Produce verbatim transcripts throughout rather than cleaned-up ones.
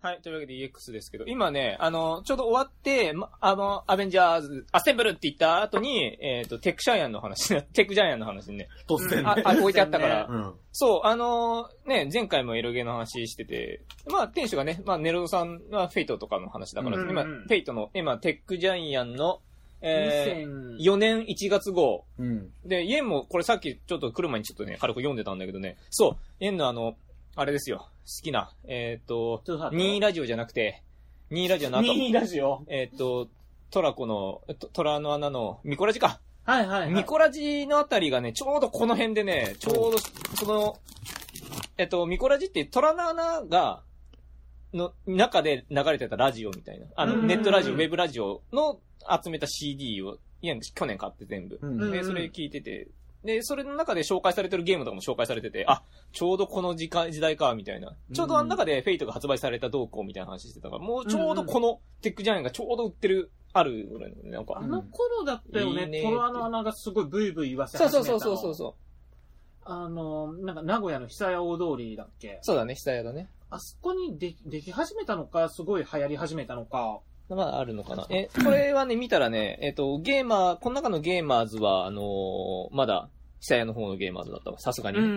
はい、というわけで イーエックス ですけど、今ね、あの、ちょうど終わって、ま、あの、アベンジャーズ、アッセンブルって言った後に、えっ、ー、と、テックジャイアンの話、テックジャイアンの話にね。 突然ね。 あ、あ置いてあったから。 うん、 そう、あのー、ね、前回もエロゲーの話してて、まあ、店主がね、まあ、ネロドさんはフェイトとかの話だから、うんうん、今、フェイトの、今、テックジャイアンの、えー、よねんいちがつ号。うん、で、イエンも、これさっきちょっと来る前にちょっとね、軽く読んでたんだけどね、そう、イエンのあの、あれですよ。好きな。えっ、ー、と、にラジオじゃなくて、にラジオの後。 にラジオえっ、ー、と、トラコの、トラの穴のミコラジか。 はいはい、はい。 ミコラジのあたりがね、ちょうどこの辺でね、ちょうど、その、えっ、ー、と、ミコラジってトラの穴が、の中で流れてたラジオみたいな。あの、ネットラジオ、ウェブラジオの集めた シーディー を、いや、去年買って全部。で、それ聞いてて、で、それの中で紹介されてるゲームとかも紹介されてて、あ、ちょうどこの時間、時代か、みたいな。ちょうどあの中でフェイトが発売された動向みたいな話してたから、もうちょうどこのテックジャイアンがちょうど売ってる、あるぐらいのね、なんか。 あの頃だったよね、いいねトラの穴がすごいブイブイ言わせ始めたの。 そうそうそうそうそう。 あの、なんか名古屋の久屋大通りだっけ？ そうだね、久屋だね。 あそこにででき始めたのか、すごい流行り始めたのか。 まあ、あるのかな。え、これはね、見たらね、えっと、ゲーマー、この中のゲーマーズは、あのー、まだ、久屋の方のゲーマーズだったわ。さすがに。うんうん。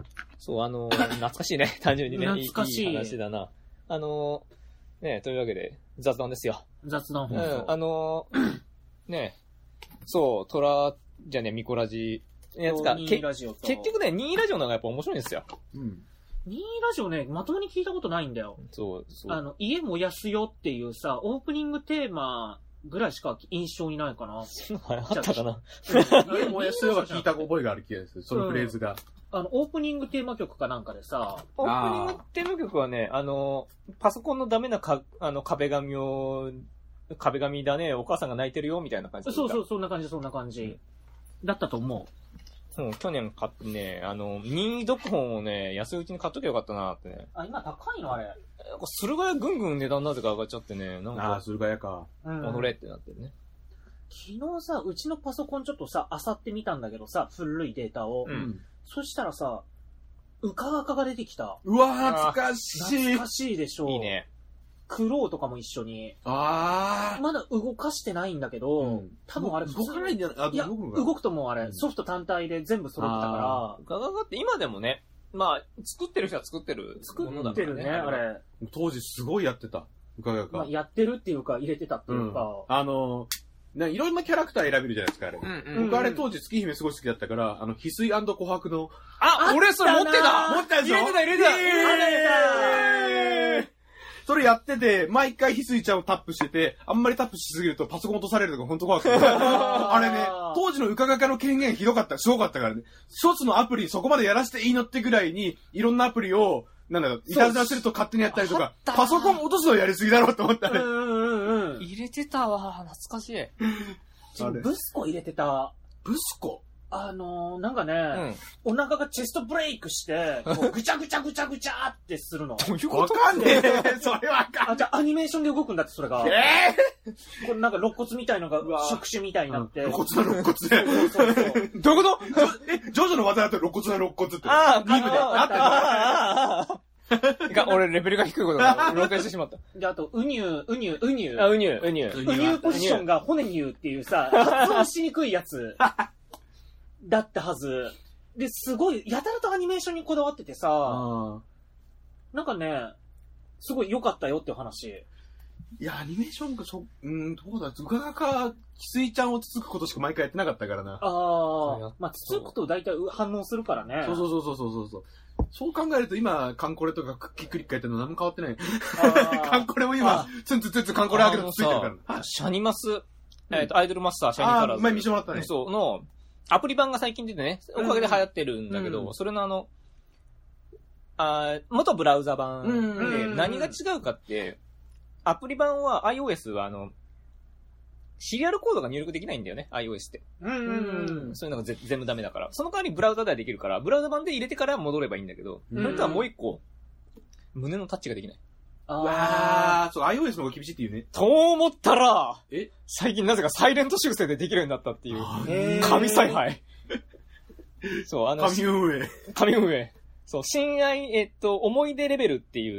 そう、あのー、懐かしいね。単純にね。 懐かしい。 いい話だな。あのー、ね、というわけで、雑談ですよ。 雑談放送。 うん、あのー、ね、そう、トラじゃね、ミコラジ、やつか、け結局ね、にラジオの方がやっぱ面白いんですよ。うん。 にラジオね、まともに聞いたことないんだよ。 そう、そう。 あの、家燃やすよっていうさ、オープニングテーマぐらいしか印象にないかな。 あれあったかな。 家燃やすよは聞いた覚えがある気がする。そのフレーズが。 うん、あの、オープニングテーマ曲かなんかでさ。 オープニングテーマ曲はね、あの、パソコンのダメなか、あの、壁紙を、壁紙だね、お母さんが泣いてるよ、みたいな感じ。 そうそう、そんな感じ、そんな感じ。うん、だったと思う。 うん、去年買ってね、あの、任意読本をね、安いうちに買っときゃよかったなってね。 あ、今高いのあれ。 駿河屋ぐんぐん値段なぜか上がっちゃってね、なんか。 ああ、駿河屋か。 うん。踊れってなってるね。 昨日さ、うちのパソコンちょっとさ、漁ってみたんだけどさ、古いデータを。うん。そしたらさ、ウカガカが出てきた。 うわー、懐かしい。 懐かしいでしょ。 いいね。 クローとかも一緒に。 ああ。 まだ動かしてないんだけど、うん、多分あれ動かないんじゃない？ いや、動くともうあれ、うん、ソフト単体で全部揃ってたから。 ガガガって今でもね、まあ、作ってる人は作ってる。 作ってるね、あれ。 当時すごいやってた。ガガガ。 まあ、やってるっていうか、入れてたっていうか。 うん、あのー、いろんなキャラクター選べるじゃないですか、あれ。うんうんうん、僕あれ当時月姫すごい好きだったから、あの、翡翠&琥珀の。 あ、俺それ持ってた持ってたでしょ入れてた入れてた入れてたそれやってて、毎回翡翠ちゃんをタップしてて、あんまりタップしすぎるとパソコン落とされるとか本当怖くて。あれね、当時のウカガカの権限ひどかった、すごかったからね。一つのアプリそこまでやらせていいのってぐらいに、いろんなアプリを、なんだろう、いたずらすると勝手にやったりとか、パソコン落とすのやりすぎだろうと思ったね。うんうんうん。入れてたわ、懐かしい。 ブスコ入れてた。 ブスコあのー、なんかね、うん、お腹がチェストブレイクして、もうぐちゃぐちゃぐちゃぐちゃってするの。 どういうこと？わかんねえ。それわかんねえ。 あ、じゃあアニメーションで動くんだって、それが。 えぇ、ー、これなんか肋骨みたいのが、触手みたいになって。 肋骨の肋骨。そうそうそう。どういうことえ、ジョジョの技だと肋骨の肋骨って。 ああ、 リームで。あったが、俺レベルが低いことが露呈してしまった。 で、あと、ウニュー、ウニュー、ウニュー。 あ、ウニュー、ウニュー。ウニューポジションが骨ニューっていうさ、発音しにくいやつ。だったはず。で、すごい、やたらとアニメーションにこだわっててさ、なんかね、すごい良かったよっていう話。 いや、アニメーションがそ、うん、どうだ、ウカガカ、翡翠ちゃんをつつくことしか毎回やってなかったからな。 ああ、まあ、つつくと大体反応するからね。 そうそうそうそうそうそう。そう考えると今、カンコレとかクッキークリックやってるの何も変わってない。カンコレも今、ツンツンツンツンカンコレ開けてついてるから。 シャニマス、えっと、アイドルマスターシャニカラーズ。 前見せてもらったね。 そう、の、アプリ版が最近出てね、おかげで流行ってるんだけど、うん、それのあの、あ元ブラウザ版で何が違うかって、アプリ版は iOS はあの、シリアルコードが入力できないんだよね、iOS って。うんうんうん、そういうのがぜ全部ダメだから。その代わりブラウザではできるから、ブラウザ版で入れてから戻ればいいんだけど、それとはもう一個、胸のタッチができない。 ああ、そう、iOS の方が厳しいっていうね。 と思ったら、え最近なぜかサイレント修正でできるようになったっていう。神采配。そう、あの、 神運営。 神運営。そう、親愛、えっと、思い出レベルっていう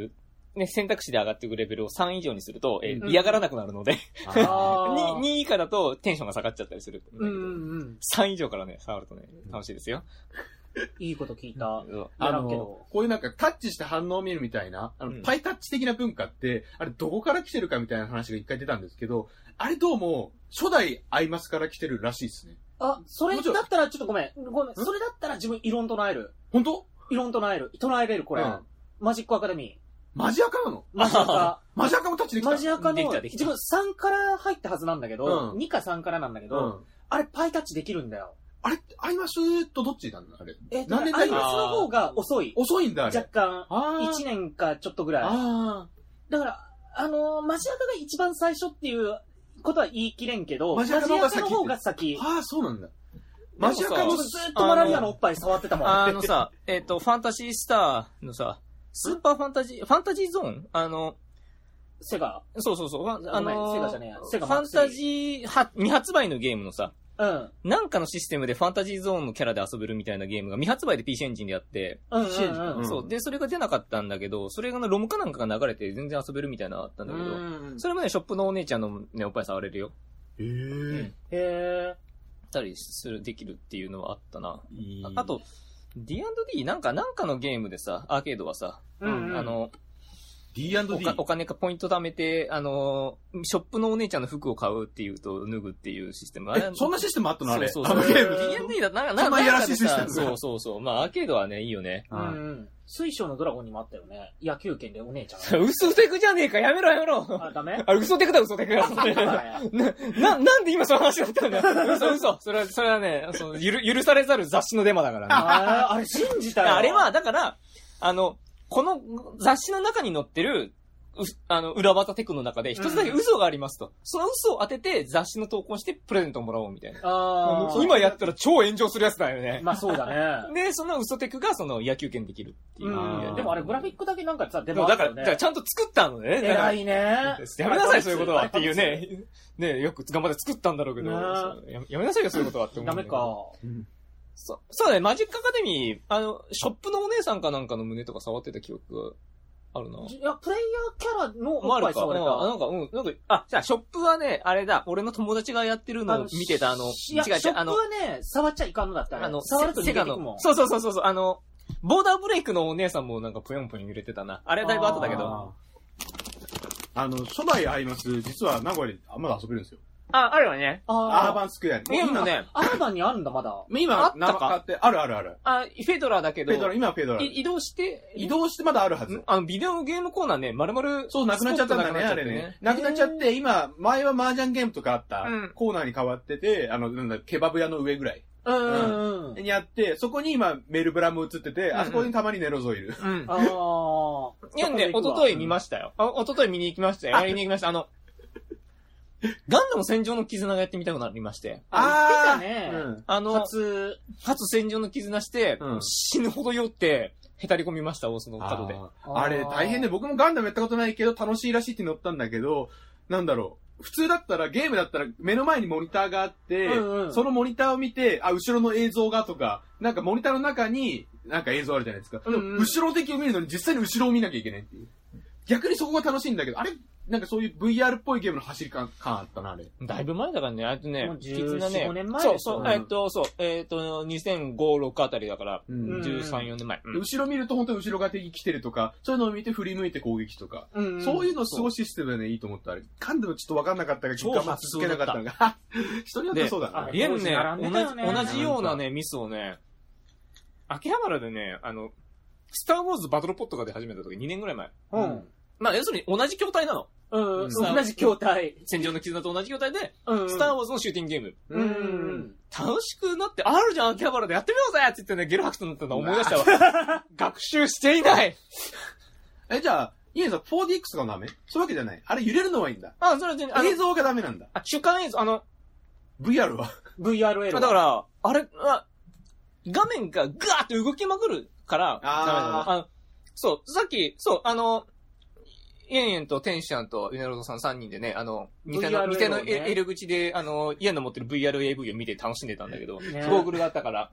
ね、選択肢で上がっていくレベルをさん以上にすると、えーうん嫌がらなくなるので、 あーに、に以下だとテンションが下がっちゃったりする。 うんうんうん。 さん以上からね、下がるとね、楽しいですよ。 いいこと聞いた。 そうあやらんけどの、こういうなんかタッチして反応を見るみたいな、あの、 うんパイタッチ的な文化って、あれどこから来てるかみたいな話が一回出たんですけど、あれどうも、初代アイマスから来てるらしいですね。 あ、それもちろんだったらちょっとごめん。ごめん。それだったら自分異論唱える。 本当？ 異論唱える。唱えれる、これ。 うんマジックアカデミマジアカなの？ ー。マジアカ。 マジアカもタッチできたマジアカの、 できたできた自分さんから入ったはずなんだけど、 うんにかさんからなんだけど、 うん。 あれパイタッチできるんだよ。 あれ、アイマスとどっちなんだあれ。 えっとね、 何年代アイマスの方が遅い。 遅いんだあれ。 若干。 あーいちねんかちょっとぐらい。 あだから、あのーマジアカが一番最初っていうことは言い切れんけど、 マジアカの方が先マジアカの方が先。 ー。ああ、そうなんだ。マジアカのでもさ、 ずっとマラリアのおっぱい触ってたもん。 あのさ、えっと、ファンタジースターのさ、スーパーファンタジー、ファンタジーゾーンあの、 セガ。 そうそうそう、ファンあごめんのセガじゃねえやフセガァンタジーは、未発売のゲームのさ、 うん。 なんかのシステムでファンタジーゾーンのキャラで遊べるみたいなゲームが未発売で ピーシー エンジンでやって、 うんうんシェンジうん。 うんそう。で、それが出なかったんだけど、それがねロムかなんかが流れて全然遊べるみたいなのあったんだけど、 うんそれもね、ショップのお姉ちゃんのね、おっぱい触れるよ。 へえ。 へたりする、できるっていうのはあったな。 いいああと、ディーアンドディー なんか、なんかのゲームでさ、アーケードはさ、 ー。うんうん。 あ、の、 ディーアンドディー。 おかお金かポイント貯めて、あの、ショップのお姉ちゃんの服を買うっていうと脱ぐっていうシステム。あれえ、そんなシステムあったのあれ。 そうそうそう。 あのゲーム。 ディーアンドディー だなんか、 そんないやらしいシステムなんかでさそうそうそう。まあ、アーケードはね、いいよね。 うんうん。水晶のドラゴンにもあったよね。野球拳でお姉ちゃん嘘テクじゃねえか、やめろやめろ。 が。あ、ダメあれ嘘テクだ、嘘テクだ。な、な、なんで今その話だったんだよ。嘘嘘。それは、それはね、その、許、許されざる雑誌のデマだからね。 あーあれ信じたよ。 あれは、だから、あの、この雑誌の中に載ってる、うあの、裏技テクの中で一つだけ嘘がありますと。その嘘を当てて雑誌の投稿してプレゼントをもらおうみたいな。 あー今やったら超炎上するやつだよね。 まあそうだね。 で、その嘘テクがその野球券できるっていう。 うん。でもあれグラフィックだけなんかさ、ででもだから、 もあったよね。 だからちゃんと作ったのね。だから偉いね。 やめなさい、そういうことはっていうね。ねよく頑張って作ったんだろうけど、 ねそうややめなさいよ、そういうことはって思うダメんだけど。 か。 うんそそうね、マジックアカデミー、あの、ショップのお姉さんかなんかの胸とか触ってた記憶があるな。 いや、プレイヤーキャラのまあ、あるか。 おっぱい触れうんなんた。 か、うん、なんか、あ、じゃあ、ショップはね、あれだ、俺の友達がやってるのを見てた、あの、 いや、 違う違う、 ショップあの、 はね、触っちゃいかんのだったら。 あの、 触ると逃セガのげてくもん。、 そうそうそうそう、あの、ボーダーブレイクのお姉さんもなんかぷよんぷよん揺れてたな。あれだいぶ後だけど。 あーあの、初代アイマス、実は名古屋でまだ遊べるんですよ。 あ、あるよね。 アーあバンスクエアに。 ゲームね、 アーバンにあるんだ、まだ。 今、 あったか名前変わって、あるあるある。 あ、フェドラだけど、 フェドラ、今はフェドラ。 い移動して、 移動してまだあるはずん。あの、ビデオゲームコーナーね、丸々、 そう、なくなっちゃったんだね、あれね。なくなっちゃって、今、前は麻雀ゲームとかあったうんコーナーに変わってて、あの、なんだ、ケバブ屋の上ぐらいうんうんうん。 にあって、そこに今、メルブラも映ってて、 んあそこにたまにネロゾいる。 うん。 ああ。 いやね、おととい見ましたよ。あ、おととい見に行きましたよ。やりに行きました。あの、ガンダム戦場の絆がやってみたくなりまして。 あー言ってたねうん。 あの、 初、 初戦場の絆して、 うん死ぬほど酔って、へたり込みました、大須の角で。 あーあれ、大変で、僕もガンダムやったことないけど、楽しいらしいって乗ったんだけど、なんだろう。普通だったら、ゲームだったら、目の前にモニターがあって、 うんうんそのモニターを見て、あ、後ろの映像がとか、なんかモニターの中に、なんか映像あるじゃないですか。 うんうんでも後ろの敵を見るのに実際に後ろを見なきゃいけないっていう。逆にそこが楽しいんだけど、あれ、なんかそういう ブイアール っぽいゲームの走り感、感あったな、あれ。 だいぶ前だからね、あとねもう、じゅう絆ね。 よん、ごねんまえそう、 でしょそう、 うんえっと、そう、えっと、にせんご、ろくあたりだから、 うんじゅうさん、よねんまえ。うん後ろ見ると本当に後ろが敵来てるとか、そういうのを見て振り向いて攻撃とか。 うんそういうのすごいシステムでね、いいと思った。あれ。ガンダムちょっとわかんなかったが、 超頑張って続けなかったのが。人によってそうだなで。 リアルね、 当時並んでたよね同じ、同じようなね、ミスをね、秋葉原でね、あの、スターウォーズバトルポットが出始めた時にねんぐらい前。 うん。 まあ、要するに同じ筐体なの。 うん。 うん同じ筐体。 戦場の絆と同じ筐体で、 うん。 スターウォーズのシューティングゲーム。 うんうん。 楽しくなって、あるじゃん、秋葉原でやってみようぜって言ってね、ゲルハクトになったの思い出したわ。学習していない。 え、じゃあ、イエンさん フォーディーエックス がダメそういうわけじゃない。あれ揺れるのはいいんだ。 あ、それは全然、あの映像がダメなんだ。 あ、主観映像、あの、 ブイアール は。 ブイアールエル。 だか、ら、あれ、あ画面がガーって動きまくるから、 あーダメなのあのそう、さっき、そう、あの、イエンエンとテンシャンとユネロドさんさんにんでね、あの、似ての、 ブイアールエル似てのをね入り口で、あの、イエンの持ってる ブイアールエーブイ を見て楽しんでたんだけど、 ねゴーグルがあったから、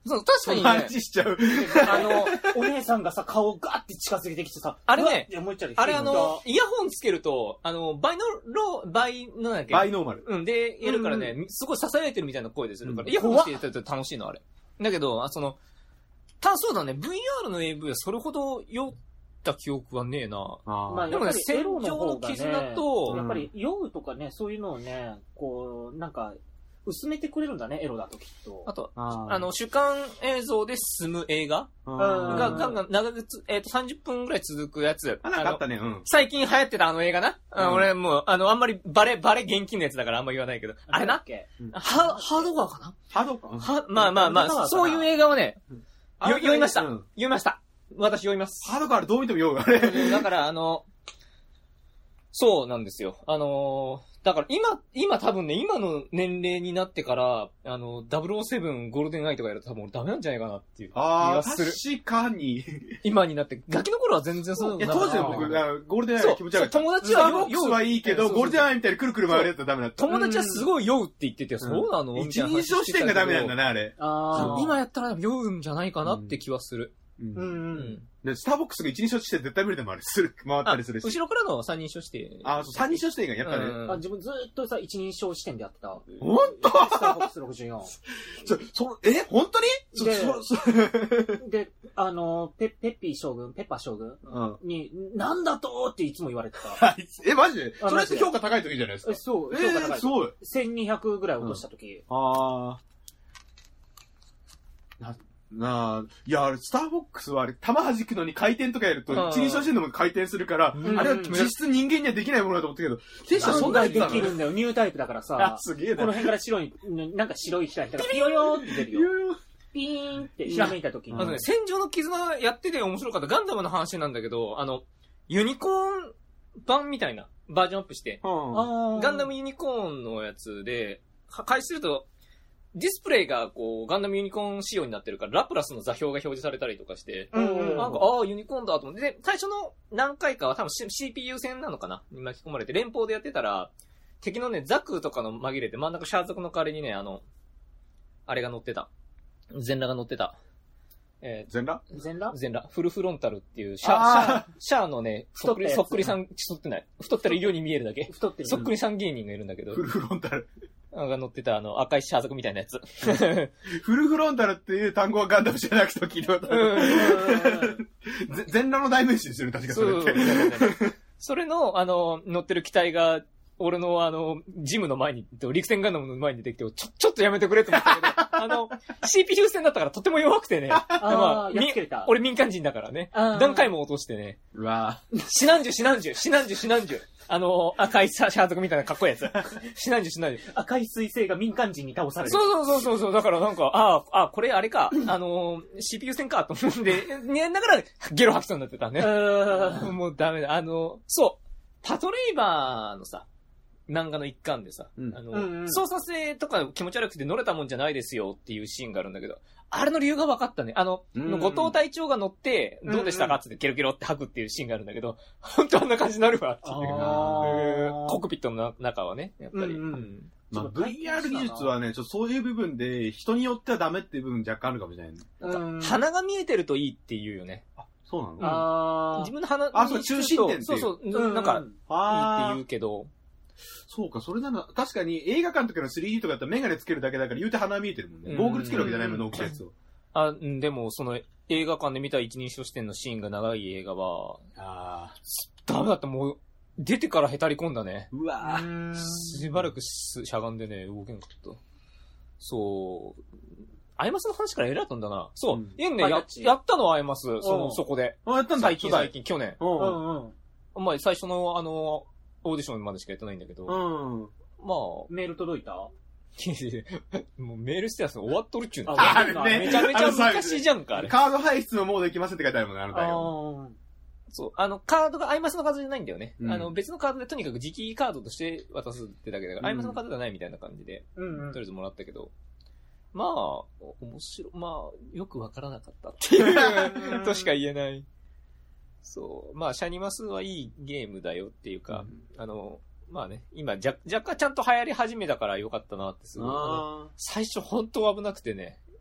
そう、確かにね。 話しちゃう。 あの、 お姉さんがさ、顔をガーって近づけてきてさ、 あれね、 うわって思っちゃうあれあの、イヤホンつけると、あの、バイノロ、バイ、なんだっけバイノーマル。 うん、で、やるからね、 うすごい支えられてるみたいな声でするから、 うんイヤホンしてやると楽しいの、あれ。だけど、あその、た、そうだね、ブイアール の エーブイ はそれほど酔った記憶はねえな。 あまあ、 でもねやっぱりエロの方がね、 戦場の絆とやっぱり酔うとかね、そういうのをね、こう、なんか、薄めてくれるんだね、エロだときっと。 あと、 ああの、主観映像で進む映画あが、ガンガン長くつ、えっと、さんじゅっぷんぐらい続くやつ。 あ、なんかあったね、うん。 最近流行ってたあの映画な。あうん俺もう、あの、あんまりバレ、バレ現金のやつだからあんま言わないけど。あれなっけハハードガーかなハードかは、まあまあまあ、 ハードガーかなそういう映画はね、 あよ読みました。 うん読みました。私読みます。 ハードカーどう見ても酔う、あれ。 だから、あの、そうなんですよ。あのー、だから今、今多分ね、今の年齢になってから、あの、ダブルオーセブンゴールデンアイとかやると多分俺ダメなんじゃないかなっていう気ああ、 がする。 確かに。い今になって、ガキの頃は全然そうや、 なかった当時の僕、あゴールデンアイそうが気持ち悪い。 そう友達スタはーボックスはいいけど、 そうそうゴールデンアイみたいにくるくる回るやつはダメだった。 友達はすごい酔うって言ってて、そうなのみ一たいな話人称視点がダメなんだね。 な、あれ。 あー今やったら酔うんじゃないかなって気はする。 うんうんううんん。 でスターボックスが一人称視点絶対無理でもあれする。回ったありするし。 後ろからの三人称して。 あ、そう、三人称視点がやっぱね。 うんあ、自分ずーっとさ、一人称視点でやってた。 ほんとスターボックスろくじゅうよん。 そ、そ、え本当にそ、 でそ、そ、 で、あの、ペ、ペッピー将軍、ペッパー将軍うん。 に、なんだとっていつも言われてた。 え、マジであそれって評価高い時じゃないですか。 えそう、 え評価高ー、 いすごい。 せんにひゃくぐらい落とした時。 あー。な、なあ、いや、あれ、スターボックスはあれ、弾弾くのに回転とかやると、 うん一人称視点でも回転するから、 うんあれは実質人間にはできないものだと思ったけど、選手はそん案外でなにやってたのきるんだよ。ニュータイプだからあさ、、 すげえな。 この辺から白い、なんか白い光がピヨヨーって出るよ。ピーンってひらめいた時に。 あのね、戦場の絆やってて面白かったガンダムの話なんだけど、あの、ユニコーン版みたいなバージョンアップして、 うん。 あガンダムユニコーンのやつで、は開始すると、ディスプレイがこう、ガンダムユニコーン仕様になってるから、ラプラスの座標が表示されたりとかして、 うんなんか、ああ、ユニコーンだと思って、で、最初の何回かは多分 シーピーユー 戦なのかなに巻き込まれて、連邦でやってたら、敵のね、ザクとかの紛れて真ん中シャー族の代わりにね、あの、あれが乗ってた。全裸が乗ってた。え全裸全裸ー、全裸。フルフロンタルっていう、シャあー、シャー、シャーのね、そっくり、 太ったやつそっくりさん、太ってない。太ったらいるように見えるだけ。 太ってる。 そっくりさん芸人がいるんだけどフ、ルフロンタル。 が乗ってたあの赤いシャー族みたいなやつ。 フルフロンタルっていう単語はガンダムじゃなくて聞いたことあうる。 んぜ全裸の代名詞ですよね、確かそれって。 それの、あの、乗ってる機体が、俺のあの、ジムの前に、陸戦ガンダムの前に出てきて、ちょ、ちょっとやめてくれと思ったけど、あの、シーピーユー 戦だったからとても弱くてね。 あまー、やっつけれた。 俺民間人だからね。 あー何回も落としてね。 うわ死なんじゅ、死なんじゅ、死なんじゅ、死なんじゅ。あの、赤いシャー族みたいなかっこいいやつ。死なんじゅ、死なんじゅ。 赤い彗星が民間人に倒される。 そうそうそうそうそう。だからなんか、ああ、あこれあれか。あの、シーピーユー 戦かと思うんで、ね、だから、ゲロ吐きそうになってたね。 うもうダメだ。あの、そう。パトレイバーのさ、漫画の一環でさ、 うんあの、 うんうん操作性とか気持ち悪くて乗れたもんじゃないですよっていうシーンがあるんだけど、あれの理由が分かったね。あの、 うん後藤隊長が乗って、どうでしたかっつってゲロゲロって吐くっていうシーンがあるんだけど、本当あんな感じになるわっていう。 あえーーコックピットの中はね、やっぱり。 うんうんうんまあ、ブイアール 技術はね、ちょっとそういう部分で、人によってはダメっていう部分若干あるかもしれないね。 うん。 鼻が見えてるといいっていうよね。 あ、そうなのあー自分の鼻あそうにすると中心点っていうそうそう、 うんなんか、いいってあ言うけど、 そうか、それなら、確かに映画館とかの スリーディー とかだったらメガネつけるだけだから言うて鼻見えてるもんね。 うんゴーグルつけるわけじゃないもんね、大きいやつを。 あ、うんでも、その、映画館で見た一人称視点のシーンが長い映画は、 あダメだった、もう、出てからへたり込んだね。 ーうわーうんしばらくししゃがんでね、動けんかった。そう。アイマスの話から選ったんだな。そう。 うんいいね、やあどっ、ちやったのはアイマス。その、 うんそこで。 あ、やったんだ、 最近、 初代最近、去年。 う。 うんんうん。 まあ、最初の、あの、オーディションまでしかやってないんだけど。 うん。 まあ、 メール届いたもうメールしてたら終わっとるっちゅうの。 ああれねめちゃめちゃ昔じゃんか、あれ。 カード排出のモード行きますって書いてあるもんね、あのあタイム。 ーそう。あの、カードがアイマスのカードじゃないんだよね。 うんあの、別のカードでとにかく直カードとして渡すってだけだから、 うんアイマスのカードじゃないみたいな感じで、 うんうんとりあえずもらったけど、まあ、お面白い、まあ、よくわからなかったっていうとしか言えない。そう。まあ、シャニマスはいいゲームだよっていうか、あの、まあね、今、じゃ若干ちゃんと流行り始めたからよかったなってすごい。 あ最初本当危なくてね、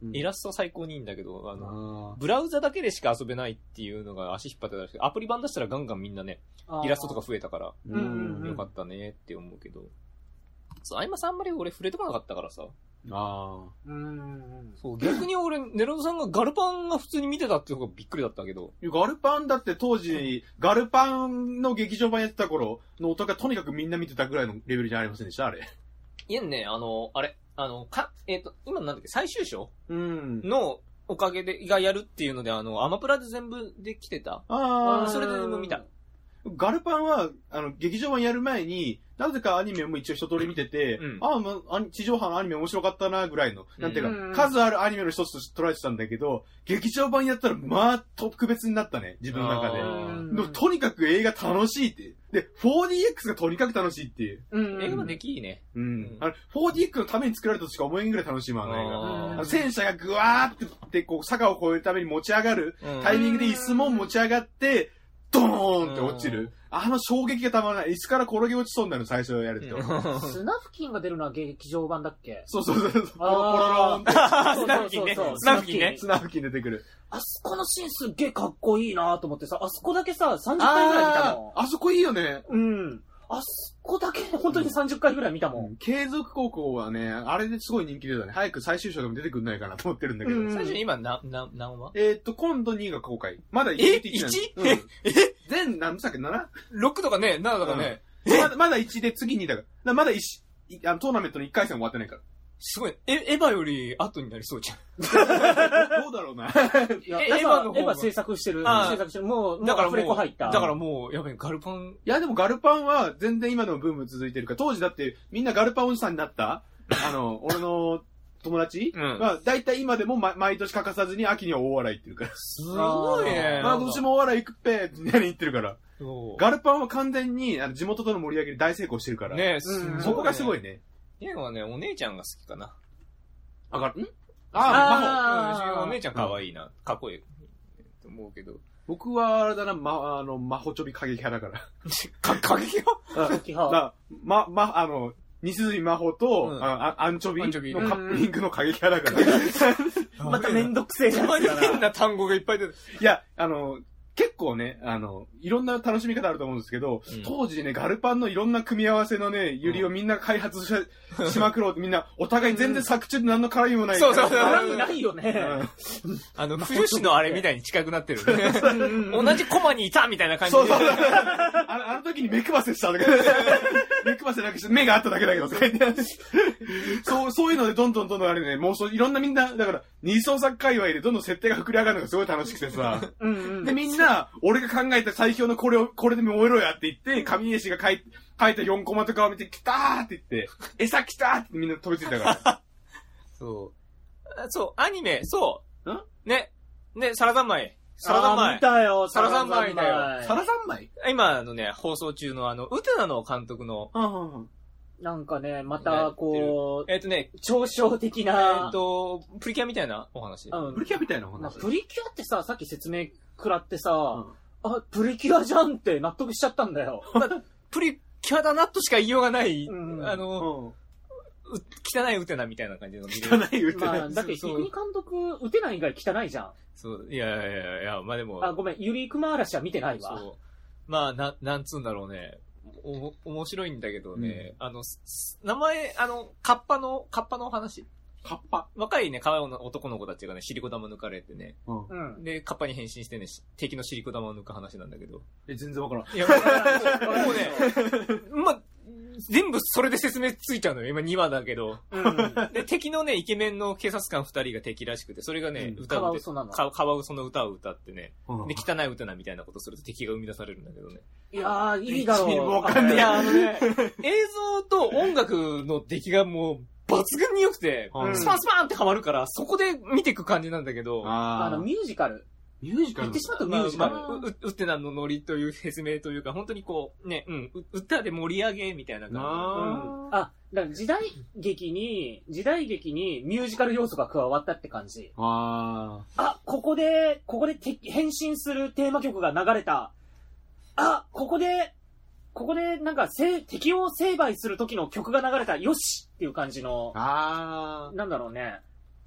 うんイラスト最高にいいんだけど、あの、 あブラウザだけでしか遊べないっていうのが足引っ張ってたらしくて、アプリ版出したらガンガンみんなね、イラストとか増えたから、 ーうんうんうんよかったねって思うけど。そう、アイマさんあんまり俺触れてこなかったからさ。 あうん。 そう、逆に俺、ネロドさんがガルパンが普通に見てたっていうのがびっくりだったけど。 ガルパンだって当時、ガルパンの劇場版やってた頃の音がとにかくみんな見てたぐらいのレベルじゃありませんでしたあれ。 いやね、あの、あれ、あの、か、えっ、と、今なんだっけ、最終章うん。 のおかげで、がやるっていうので、あの、アマプラで全部で来てた。 あそれで全部見た。 ガルパンは、あの、劇場版やる前に、なぜかアニメも一応一通り見てて、 うんああ、まあ、地上波のアニメ面白かったな、ぐらいの、なんていうか、 うん数あるアニメの一つとして捉えてたんだけど、劇場版やったら、まあ、特別になったね、自分の中で。 あーでもとにかく映画楽しいって。で、フォーディーエックス がとにかく楽しいっていう。 うん。 映画の出来いいね。 うん。 うんあれ、フォーディーエックス のために作られたとしか思えんぐらい楽しいもん、あの映画。 ああーの戦車がぐわーってって、こう、坂を越えるために持ち上がるうんタイミングで椅子も持ち上がって、ドーンって落ちうんる。あの衝撃がたまらない。椅子から転げ落ちそうになる、最初やると。 スナフキンが出るのは劇場版だっけ？ そうそうそうそう。ポロポロローあーンって。 スナフキンねそうそうそうスナフキンねスナフキン出てくる。 あそこのシーンすっげえかっこいいなと思ってさ、あそこだけさ、さんじゅっかいぐらい見たあもーあそこいいよね。 ん。うん。あそこだけ本当にさんじゅっかいぐらい見たもん。 継続高校はね、あれですごい人気出たね。早く最終章でも出てくんないかなと思ってるんだけど。 うん最初今、な、な、何話えーっと、今度にが公開。まだいちえって言ってないいちうん全、何だっけ、なな? ろくとかね、ななとかね。 まだ、まだいちで次にだから。だからまだいち、いあの、トーナメントのいっかい戦終わってないから。 すごい。え、エヴァより後になりそうじゃん。 どうだろうな。 いや、 えエヴエヴァの方がァ、エヴァ制作してる。 あー制作してる。もう、もうだからアフレコもう、 入った。 だからもう、やべえ、ガルパン、 いや、でもガルパンは全然今でもブーム続いてるから、当時だってみんなガルパンおじさんになったあの、俺の友達うんは、だいたい今でも、ま、毎年欠かさずに秋には大笑い言ってるから。 すごいね。 あ、今年も大笑い行くっぺーって何言ってるから。 そうガルパンは完全にあの地元との盛り上げで大成功してるから。 ねえ、 うんそこがすごい。 いね。 ねはね、お姉ちゃんが好きかな。 あがんああーあ、 うんお姉ちゃん可愛いな。かっこいい。と思うけど。 僕はあれだな、ま、あの、マホチョビ過激派だから。 か、過激よあ激派だま、ま、あの、西住真帆と、 うんああアンチョビアンチョビのカップリングの過激派だから。 まためんどくせえじゃん。 たまに変な単語がいっぱい出ていや、あの、結構ね、あの、いろんな楽しみ方あると思うんですけど、 うん当時ね、ガルパンのいろんな組み合わせのね、ユリをみんな開発し,、しまくろうってみんな、お互い全然作中で何の絡みもないそうそうそう絡みないよね。 うんあの、不女子のあれみたいに近くなってる。 うん同じコマにいたみたいな感じで。 そうそう。ああの時に目くばせしたんだけど、目くばせなくして目があっただけだけど、そう、そういうのでどんどんどんどんあれね、もうそういろんなみんな、だから、二次創作界隈でどんどん設定が膨れ上がるのがすごい楽しくてさ、 うんうん。 で、みんな、俺が考えた最強のこれを、これで燃えろやって言って、上石が書い書いたよんコマとかを見て、来たーって言って、餌来たーってみんな飛びついたから。 そう。あそう、アニメ、そう。 んね。ね、サラダンマイ。サラダンあーマイ。 見たよ、 サラダンマイだよサラ三昧今のね、放送中のあの、ウテナの監督の、 うんうん。 なんかね、また、こう、 えっ、とね、 嘲笑的えっ、 な、 と、プリキュアみたいなお話。 うんプリキュアみたいなまあ話。 プリキュアってさ、さっき説明食らってさ、 うんあ、プリキュアじゃんって納得しちゃったんだよ。 プリキュアだなとしか言いようがない、 うんあの、 うん。 う汚いウテナみたいな感じの見れ汚る。 い歌まあ、だって、 そうヒクニ監督、打てない以外汚いじゃん。 そう、いやいやいやいや、まあでも、 あ、ごめん、ユリクマ嵐は見てないわ。 そう。まあ、な、なんつうんだろうね。お、面白いんだけどね、あの、す名前、あの、カッパの、カッパのお話。 カッパ。 若いね、可愛い男の子たちがね、シリコ玉抜かれてね。 うん。 うん。 で、カッパに変身してね、し敵のシリコ玉を抜く話なんだけど。 え、全然わからん。 いや、もうね、まあ、全部それで説明ついちゃうのよ。今にわだけど。 うん。 で、敵のね、イケメンの警察官ふたりが敵らしくて、それがね、 うん歌を歌って、 カワウソなのかカワウソの歌を歌ってね、 うんで、汚い歌なみたいなことすると敵が生み出されるんだけどね。 いやー、いいだろう。 一ミリもわかんないいや、あのね、映像と音楽の出来がもう、抜群に良くて、 うんスパンスパンってハマるから、そこで見ていく感じなんだけど、 あの、 あーミュージカル。 ミュージカル言ってしまったらミまあュージカル。 まあ、う、ううってなのノリという説明というか、本当にこう、ね、うん、う歌で盛り上げみたいな感あーあ、だから時代劇に、時代劇にミュージカル要素が加わったって感じ。 ああ、ここで、ここでて変身するテーマ曲が流れた。あ、ここで、ここでなんかせ敵を成敗する時の曲が流れた。よしっていう感じのー。、あなんだろうね。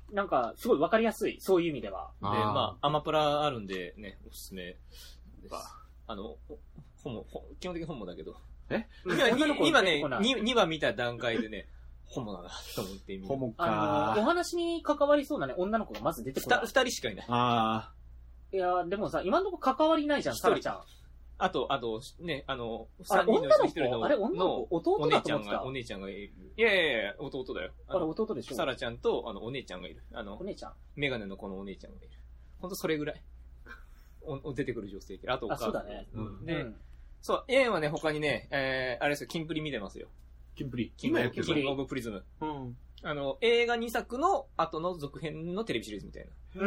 なんか、すごいわかりやすい。そういう意味では。 で、まあ、アマプラあるんでね、おすすめです。あの、ホモ、基本的にホモだけど。 え今、今ね、に, にわ見た段階でね、ホモだなと思ってホモかあの、お話に関わりそうなね、女の子がまず出てこない。 二人しかいない。 ああ。 いや、でもさ、今のとこ関わりないじゃん、サラちゃん。 あと、あと、ね、あの、 あれ、女の子あれ、女の子弟だと思ってた。 お姉ちゃんがいる。いやいやいや、弟だよ。 あれ、弟でしょ。 サラちゃんと、あの、お姉ちゃんがいる。あの、 お姉ちゃんメガネの子のお姉ちゃんがいる。ほんとそれぐらい。お、出てくる女性。あと、 あ、そうだね。 で、そう、エーンはね、他にね、えー、あれですよ、キンプリ見てますよ。 キンプリ。 今やキングオブプリズム。うん。あの、映画にさくの後の続編のテレビシリーズみたいな。 うん。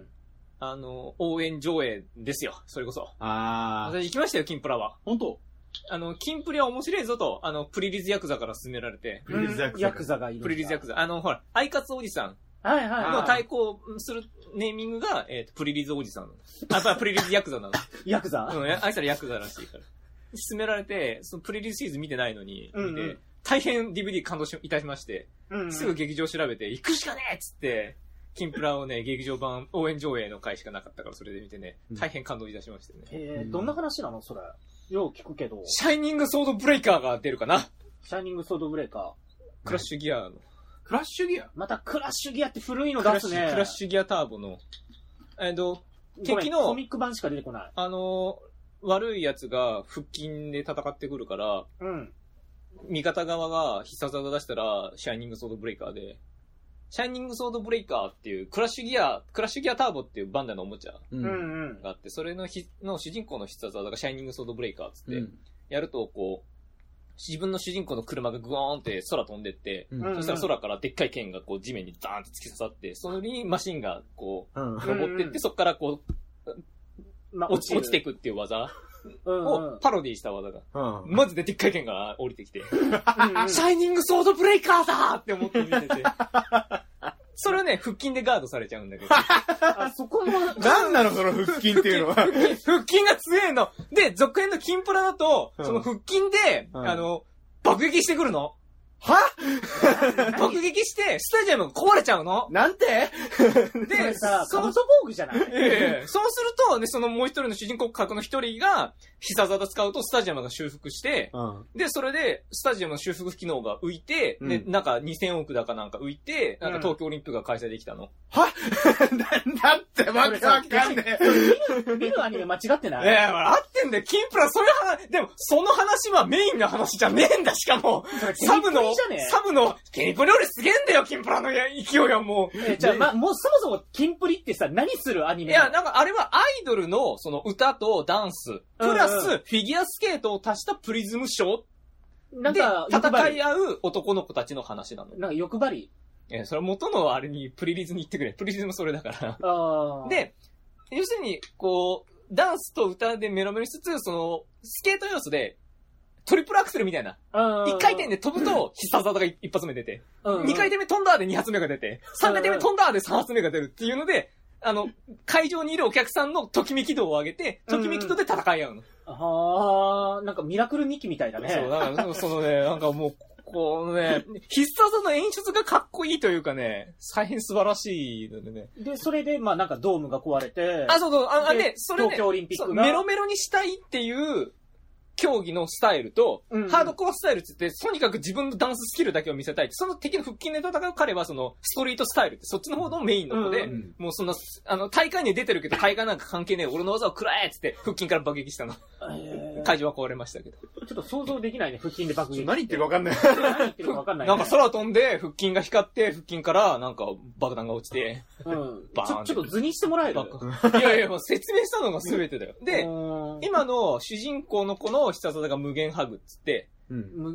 あの、応援上映ですよ、それこそ。 ああ。 私行きましたよ、キンプラは。 本当？ あの、キンプリは面白いぞと、あの、プリリズヤクザから勧められて。 プリリズヤクザ。 ヤクザがいる。 プリリズヤクザ。あの、ほら、アイカツおじさん。 はいはい。 の対抗するネーミングが、えっと、プリリズおじさんなの。あ、やっぱプリリズヤクザなの。 ヤクザうん、あいつらヤクザらしいから。勧められて、そのプリリズシリーズ見てないのに、見て、うんうん、大変 ディーブイディー 感動しいたしまして、うんうん、すぐ劇場調べて、行くしかねえっつって、キンプラをね、劇場版応援上映の回しかなかったからそれで見てね、大変感動いたしましてね。 へえ、どんな話なのそれ。よう聞くけど。 シャイニングソードブレイカーが出るかな。 シャイニングソードブレイカー。 クラッシュギアの。 クラッシュギアまたクラッシュギアって古いの出すね。 クラッシュギアターボの、えっと、敵の、 コミック版しか出てこない。 あの、悪い奴が腹筋で戦ってくるから、 うん。 味方側が必殺技出したら、シャイニングソードブレイカーで、シャイニングソードブレイカーっていう、クラッシュギア、クラッシュギアターボっていうバンダのおもちゃがあって、それのひの主人公の必殺技がシャイニングソードブレイカーっつって、うん、やるとこう、自分の主人公の車がグワーンって空飛んでって、うん、そしたら空からでっかい剣がこう地面にダーンって突き刺さって、その上にマシンがこう、登ってって、そこからこう、まあ、落ち、落ちていくっていう技をパロディした技が。うん、マジででっかい剣が降りてきて、シャイニングソードブレイカーだーって思って見てて。それはね、腹筋でガードされちゃうんだけど。 あ、そこも。 なんなのその腹筋っていうのは。 腹筋が強いの。で、続編のキンプラだと、うん、その腹筋で、うん、あの、爆撃してくるの。 は爆撃して、スタジアムが壊れちゃうの。 なんてで、さ、カブト防具じゃないええー、そうすると、ね、そのもう一人の主人公格の一人が、必殺技使うとスタジアムが修復して、うん、で、それで、スタジアムの修復機能が浮いて、うん、で、なんかにせんおくだかなんか浮いて、なんか東京オリンピックが開催できたの。 はだってわけわかんねえ。見るアニメ間違ってない？ いやいや、合ってんだよ。キンプラそういう話、でも、その話はメインの話じゃねえんだ、しかも。サブの、サブの、キンプリよりすげえんだよ、キンプラの勢いはもう。 えー、じゃあ、ま、もうそもそもキンプリってさ、何するアニメ？ いや、なんかあれはアイドルの、その歌とダンス、プラス、フィギュアスケートを足したプリズムショーで戦い合う男の子たちの話なの。 なんか欲張り。 え、それは元のあれにプリリズに言ってくれ。プリリズもそれだから。あで、要するに、こう、ダンスと歌でメロメロしつつ、その、スケート要素で、トリプルアクセルみたいな。一回転で飛ぶと必殺技が一発目出て、二回転目飛んだで二発目が出て、三回転目飛んだで三発目が出るっていうので、あの、会場にいるお客さんのときめき度を上げて、ときめき度で戦い合うの。 ああ、なんかミラクルにきみたいだね。 そう、だからそのね、なんかもう、このね、必殺技の演出がかっこいいというかね、大変素晴らしいのでね。 で、それで、まあなんかドームが壊れて、 あ、そうそう、あ、で、それで、 東京オリンピックがメロメロにしたいっていう、競技のスタイルと、うんうん、ハードコアスタイルって言って、とにかく自分のダンススキルだけを見せたいって、その敵の腹筋で戦う彼はそのストリートスタイルって、そっちの方のメインの子で、うんうん、もうそんな、あの、大会に出てるけど、大会なんか関係ねえ、俺の技を食らえっつって、腹筋から爆撃したの。えー、会場は壊れましたけど。 ちょっと想像できないね、腹筋で爆撃。 何言ってるかわかんない。 何言ってるかわかんない、ね。 なんか空飛んで、腹筋が光って、腹筋からなんか爆弾が落ちて、 うん。バーンちょ、ちょっと図にしてもらえるいやいや、もう説明したのが全てだよ。で、今の主人公の子の必殺技が無限ハグっつって、うん、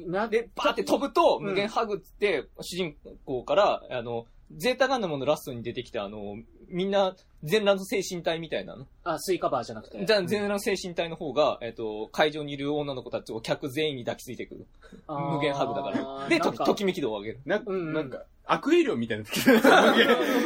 で、バーって飛ぶと、無限ハグっつって、うん、主人公から、あの、ゼータガンダムのラストに出てきた、あの、みんな、全裸の精神体みたいなの。 あ、スイカバーじゃなくて。 じゃあ、全裸の精神体の方が、えっと、会場にいる女の子たちを客全員に抱きついてくる。無限ハグだから。で、とき、ときめき度を上げる。 な、うん、なんか、悪意量みたいな。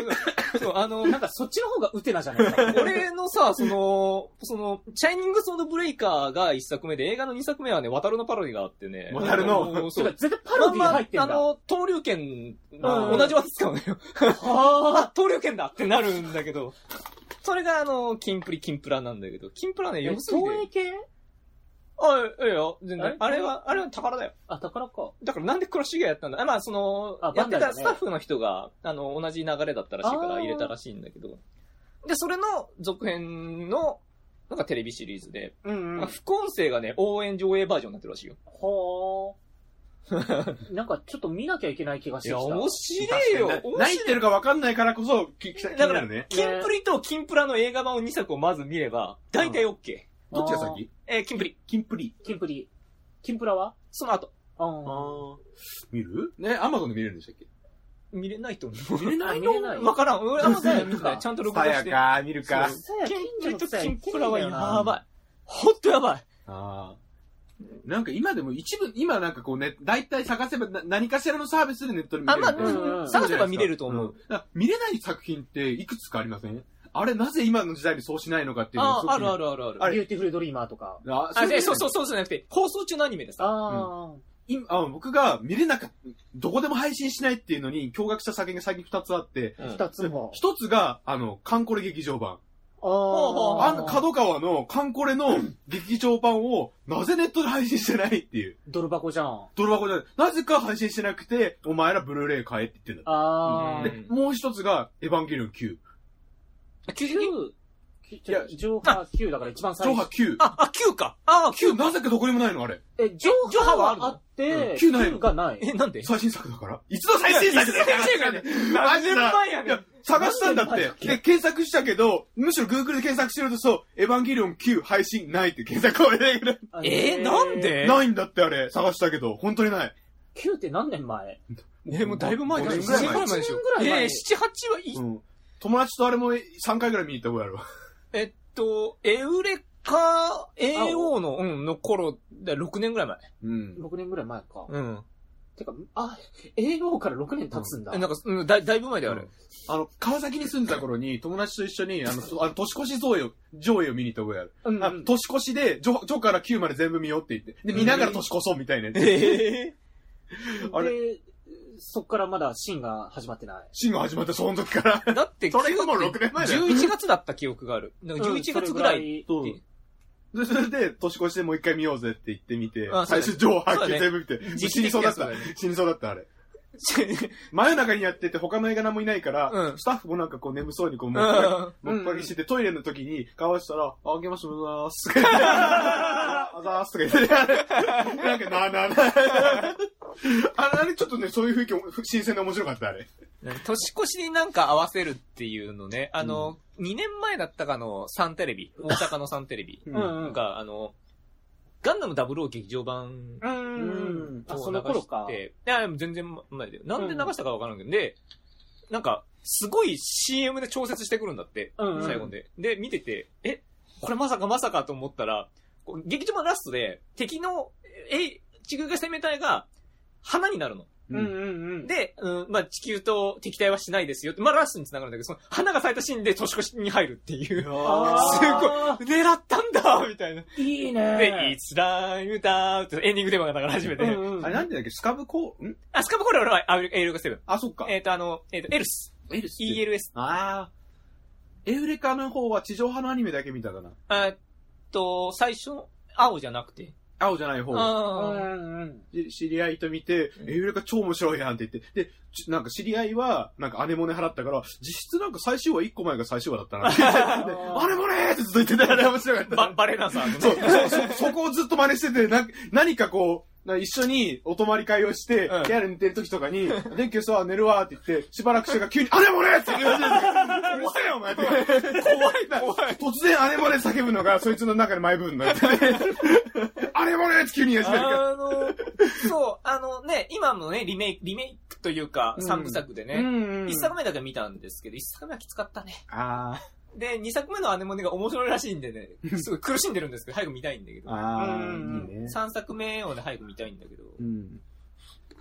そう、あの、 なんかそっちの方がウテナじゃないですか。 俺のさ、その、その、チャイニングソードブレイカーが一作目で、映画の二作目はね、渡るのパロディがあってね。 渡るのあのそう。 絶対パロディ入ってんだ。 まあまあ、あの、登竜拳、 うん同じ技使うのよ。 はあ、登竜拳だってなるんだけど、それがあの、キンプリ、キンプラなんだけど、キンプラね、 ぁ。 よすぎ東映て。 系あ、いやいや、全あれ然。あれは、あれは宝だよ。 あ、宝か。 だからなんでクラッシュゲーやったんだまあ、そのあ、 やってバンダイだねたスタッフの人が、あの、同じ流れだったらしいからあー入れたらしいんだけど。で、それの続編の、なんかテレビシリーズで、 うんうん。 副音声がね、応援上映バージョンになってるらしいよ。 はぁ。なんかちょっと見なきゃいけない気がしいや、 てきた。 面白いよ。 確かに面何言ってるか分かんないからこそ、き気だから、 になるね。 キンプリとキンプラの映画版をにさくをまず見れば、大体 OK。 どっちが先えー、キンプリ。 キンプリ。 キンプリ。キンプラはその後。 ああ見るね、アマゾンで見れるんでしたっけ見れないと思う。 見れない見れないわからん。俺、あんまり見てない。ちゃんと録画さして。 やか、見るか。 さやキンプリとキンプラはやばばい。ほんとやばい。 ああ。なんか今でも一部、今なんかこうね、大体探せばな何かしらのサービスでネットで見れあ、まあ、 るみたいな。 うんうん探せば見れると思う。 んだから見れない作品っていくつかありません？あれなぜ今の時代にそうしないのかっていうのああ、あるある。 るあるある。 あれビューティフルドリーマーとか。 ああ、で、そうう。 そうそうじゃなくて、放送中のアニメでさ。 あ今あ僕が見れなかった、どこでも配信しないっていうのに驚愕した作品が最近二つあって、 うんあ。二つも。 一つが、あの、カンコレ劇場版。 ああ。 あの、角川のカンコレの劇場版を、なぜネットで配信してないっていう。 ドル箱じゃん。 ドル箱じゃない。なぜか配信してなくて、お前らブルーレイ買えって言ってんだ。 ああ。 で、もう一つが、エヴァンゲリオンきゅう。 きゅうきゅう、いや、上波きゅうだから一番最初。 上波きゅう。 あ、あ、きゅうか。あ、 きゅうなぜかどこにもないのあれ。 え、上上波はあるの波はあって、 きゅうないのがない。 え、なんで最新作だから。いつの最新作だよ何年前やねんいや、探したんだって。で、検索したけど、むしろ Google で検索してるとそう、エヴァンゲリオンきゅう配信ないって検索を入れてくれえーなんでないんだってあれ、探したけど、本当にない。 きゅうって何年前え、もうだいぶ前だよ。 ごねんぐらい前ごねんぐらい前でしょ。 いちねんぐらい前えー、なな、はちはいい、 うん。友達とあれもさんかいぐらい見に行った覚えあるわ。 えっと、エウレカ エーオー の、うん、の頃、だろくねんぐらい前。 うん。 ろくねんぐらい前か。 うん。 てか、あ、エーオー からろくねん経つんだ。 え、なんか、うん、だ、だいぶ前だよ、あれ。 あの、川崎に住んでた頃に友達と一緒に、あの、そあの年越し上映を、上映を見に行った覚えある。 うんうんあ年越しで、ジョ、ジョからきゅうまで全部見ようって言って。で、見ながら年越そうみたいなやつ。 えあれで、そっからまだシーンが始まってない。 シンが始まったその時から。 ー、だって、 それがもうろくねんまえだよじゅういちがつだった記憶がある。なんかじゅういちがつぐらい。 そう。で、それで、年越しでもう一回見ようぜって言ってみてあ、 最そうだね初上波そうだね全部見て、 時期死にそうだった的なやつだね。 死にそうだった、あれ。真夜中にやってて他の映画何もいないから、 うんスタッフもなんかこう眠そうにこう、もうんっぱりしてて、トイレの時に顔したら、あ、あげましょう、ざーす。とか言ってあざーすとか言って、なんか、なあなあなあ。あれ、あれちょっとね、そういう雰囲気、新鮮で面白かった、あれ。 年越しになんか合わせるっていうのね、あの、にねんまえだったかのサンテレビ、大阪のサンテレビうんうん。 が、あの、ガンダムダブルオー劇場版ううんん。あ、 をその頃か。 流していや、全然前だよ。なんで流したかわからんけど、で、なんか、すごい シーエム で調節してくるんだって、 うんうん最後で。で、見てて、え、これまさかまさかと思ったら、こう劇場版ラストで、敵の、え、地球が攻め隊が、花になるの。 うんうんうん。 で、うん、まあ、地球と敵対はしないですよって、まあ、ラストに繋がるんだけど、その、花が咲いたシーンで年越しに入るっていう。 あすごい、狙ったんだみたいな。 い。いいね。 で、It's time to ってエンディングテーマが流れ始めて。 うんうんあれなんてだっけ、スカブコー、んあ、スカブコレ俺はエウレカセブン。 あ、そっか。 えっ、と、あの、えっ、と、エルス。 エルスイーエルエス。 ああ。エウレカの方は地上波のアニメだけ見たかな。 えっと、最初の、青じゃなくて。 青じゃない方。 うあんうん。 し知り合いと見て、エウレカ超面白いやんって言って。で、ちなんか知り合いは、なんか姉もね払ったから、実質なんか最終話いっこまえが最終話だったなって言って。で姉もねーってずっと言ってたから面白かった。 ババレナさんのね。 そう、そう、そ、そこをずっと真似してて、な何かこう、な一緒にお泊まり会をして、 うん部屋で寝てる時とかに、電気さ、寝るわって言って、しばらくしてから急に、姉もねって言い始めて、うるせえよお前って。怖いな。突然姉もね叫ぶのが、そいつの中でマイブームになって、姉もねって急に言い始めるから。 あの、そう、あのね、今のね、リメイク、リメイクというか、 うん三部作でね、 うん一作目だけ見たんですけど、一作目はきつかったね。 あで、二作目のアネモネが面白いらしいんでね、すごい苦しんでるんですけど、早く見たいんだけー。 ど。 あうんー、いいね。 三作目をね、早く見たいんだけど。 うん。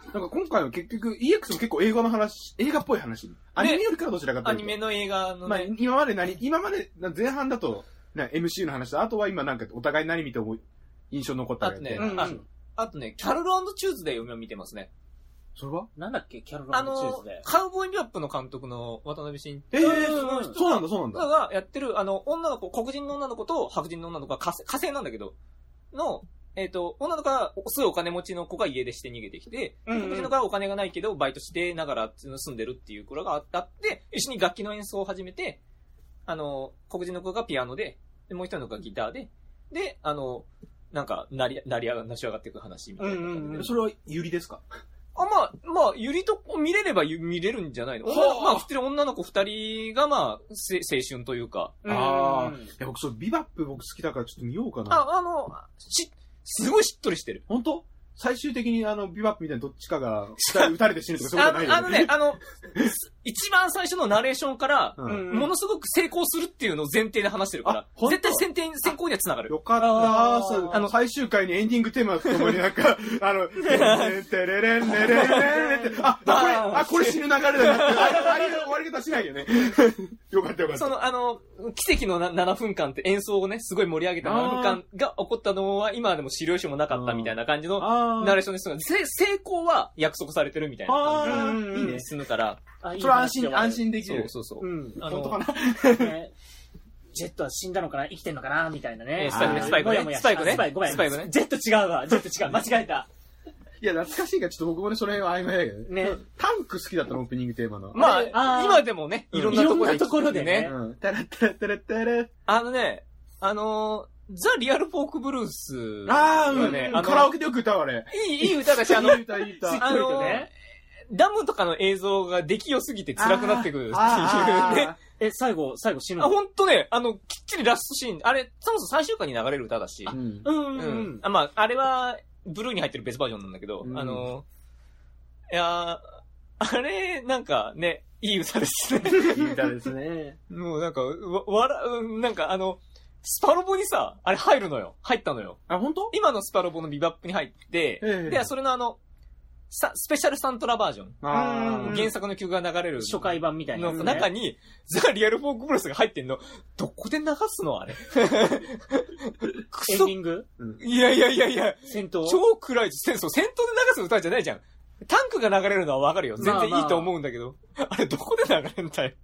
なんか今回は結局 イーエックス も結構映画の話、映画っぽい話。アニメよりからどちらかというと。 アニメの映画のね。 まあ今まで何、今まで前半だと、エムシーユー の話だ。あとは今なんかお互い何見ても印象残ったあとね、 うんうん、 あ, あとね、キャロル&チューズデーを見てますね。 それはなんだっけキャロル& あチューのズで。 カウボーイビバップの監督の渡辺慎ええー、そうなんだ、そうなんだ。 がやってる、あの、女の子、黒人の女の子と白人の女の子が火星、火星なんだけど、の、えっ、ー、と、女の子が、すごいお金持ちの子が家出して逃げてきて、うんうん、黒人の子はお金がないけど、バイトしてながら住んでるっていう子があって、一緒に楽器の演奏を始めて、あの、黒人の子がピアノで、でもう一人の子がギターで、で、あの、なんか、なり、なり上が、なし上がっていく話みたいな感じで、 うんうんうん。それはユリですか？ あ、まあ、まあ、ゆりと見れれば見れるんじゃないの？まあ、普通に女の子二人が、まあ、青春というか。 ああ。いや、僕、そう、ビバップ僕好きだからちょっと見ようかな。 あ、あの、し、すごいしっとりしてる。 本当？最終的にあの、ビバップみたいなどっちかが、撃たれて死ぬとかそういうことないよね。 あのね、あの、一番最初のナレーションから、 うん、 ものすごく成功するっていうのを前提で話してるから、絶対先手先行には繋がる。 よかったー。あの、最終回にエンディングテーマとともになんか、あの、テレレン、テレレン、テレレンって、あ、これ、あ、これ死ぬ流れだなって、ああいう終わり方しないよね。よかったよかった。 その、あの、奇跡のななふんかんって演奏をね、すごい盛り上げたななふんかんが起こったのは、今でも資料書もなかったみたいな感じのナレーションですが、成功は約束されてるみたいな感じに進むから、 それは安心、安心できる。 そうそうそう。 うん。 本当かなジェットは死んだのかな生きてんのかなみたいなね。 スパイクね、スパイクね。 スパイクね。 スパイクね。 スパイクね。ジェット違うわ。ジェット違う。間違えた。 いや、懐かしいから、ちょっと僕もね、その辺は曖昧だけどね。 ね。 タンク好きだったの、オープニングテーマの。 まあ、今でもね、いろんなところで。 ところでね。 うん。タラッタラッタラッタラ。 あのね、あの、ザ・リアルフォークブルース。 ああ、うん。カラオケでよく歌うあれ。 いい、いい歌だし、あの、 いい歌、いい歌。 あの、ダムとかの映像が出来良すぎて辛くなってくるっていうね。 え、最後、最後死ぬの？ あ、ほんとね、あの、きっちりラストシーン、あれ、そもそも最終回に流れる歌だし。 うん。うんうん。 あ、まあ、あれは、ブルーに入ってる別バージョンなんだけど、あの、いやあれ、なんかね、いい歌ですね。 いい歌ですね。 もうなんか、わ、笑う、なんかあの、スパロボにさ、あれ入るのよ。入ったのよ。 あ、本当？ 今のスパロボのビバップに入って、ええ、で、それのあの、さ、スペシャルサントラバージョン。あ原作の曲が流れる。 初回版みたいな、 ね。の中に、ザ・リアルフォークブルースが入ってんの。どこで流すのあれ。 クソ。エンディング、 うん、いやいやいやいや。 戦闘超暗い戦争。戦闘で流す歌じゃないじゃん。タンクが流れるのはわかるよ。全然いいと思うんだけど。まあまあ、あれどこで流れんだよ。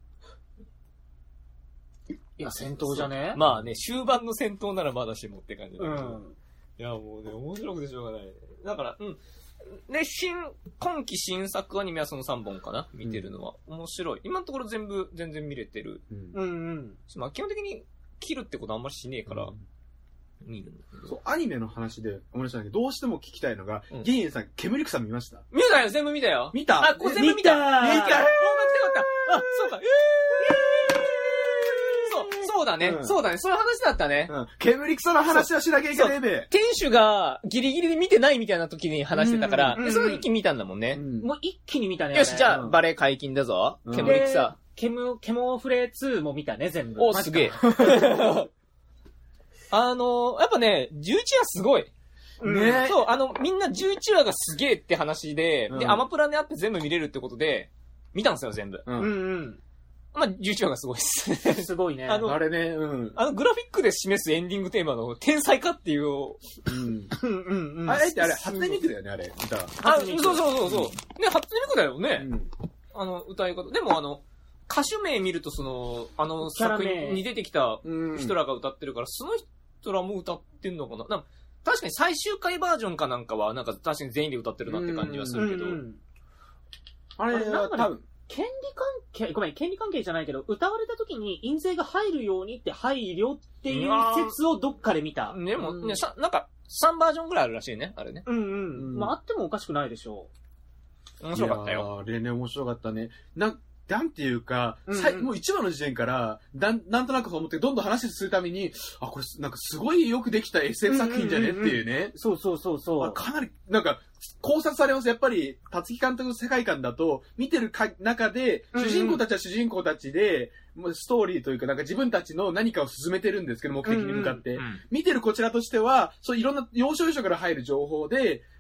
いや、戦闘じゃねまあね、終盤の戦闘ならまだしもって感じだけど。 うん。 いや、もうね、面白くてしょうがない。だから、うん。で、新、今期新作アニメはそのさんぼんかな見てるのは。うん、面白い。今のところ全部、全然見れてる。 うんうん。 まあ基本的に切るってことあんまりしねえから、うん、見るんだけど。 そう、アニメの話で思い出したんだけど、どうしても聞きたいのが、うん、ゲイエンさん、煙草見ました？ 見たよ、全部見たよ。 見た？ あ、これ全部見た。 見たー。 見た。見た。あ、そうか。えーそうだね、うん。そうだね。そういう話だったね。 うん。煙草の話はしなきゃいけねえべ。 店主がギリギリで見てないみたいな時に話してたから、でその一気に見たんだもんね。 うん、もう一気に見たね。 よし、じゃあ、バレー解禁だぞ。うん、煙草。 ケム、ケモフレツーも見たね、全部。 お、すげえ。あの、やっぱね、じゅういちわすごい。 ね、 そう、あの、みんなじゅういちわがすげえって話で、うん、で、アマプラであって全部見れるってことで、見たんですよ、全部。 うんうん。 まあ、じゅういちわがすごいっす。 すごいね。 あの、あれね、うん。 あの、グラフィックで示すエンディングテーマの天才かっていう。 うん。うんうん。あれってあれ、初音ミクだよね、あれ、歌。 あ、そうそうそうそう。ね、初音ミクだよね。うん。あの、歌い方。でもあの、歌手名見るとその、あの作品に出てきた人らが歌ってるから、その人らも歌ってんのかな。なんか確かに最終回バージョンかなんかは、なんか確かに全員で歌ってるなって感じはするけど。 あれは多分。 権利関係、ごめん、権利関係じゃないけど、歌われた時に印税が入るようにって配慮っていう説をどっかで見た。 でも、ね、さ、なんか、さんバージョンぐらいあるらしいね、あれね。 うんうん。うん、まあ、あってもおかしくないでしょう。面白かったよ。 あれね、面白かったね。な、なんていうか、うんうん、もう一話の時点から、だん、なんとなくそう思って、どんどん話するために、あ、これ、なんかすごいよくできた エスエフ 作品じゃねっていうね。うんうんうん、 そうそうそうそう。 かなり、なんか、考察されます。やっぱり、辰木監督の世界観だと、見てるか中で、主人公たちは主人公たちで、うんうん、ストーリーというか、なんか自分たちの何かを進めてるんですけど、目的に向かって。うんうんうん、見てるこちらとしては、そういろんな要所要所から入る情報で、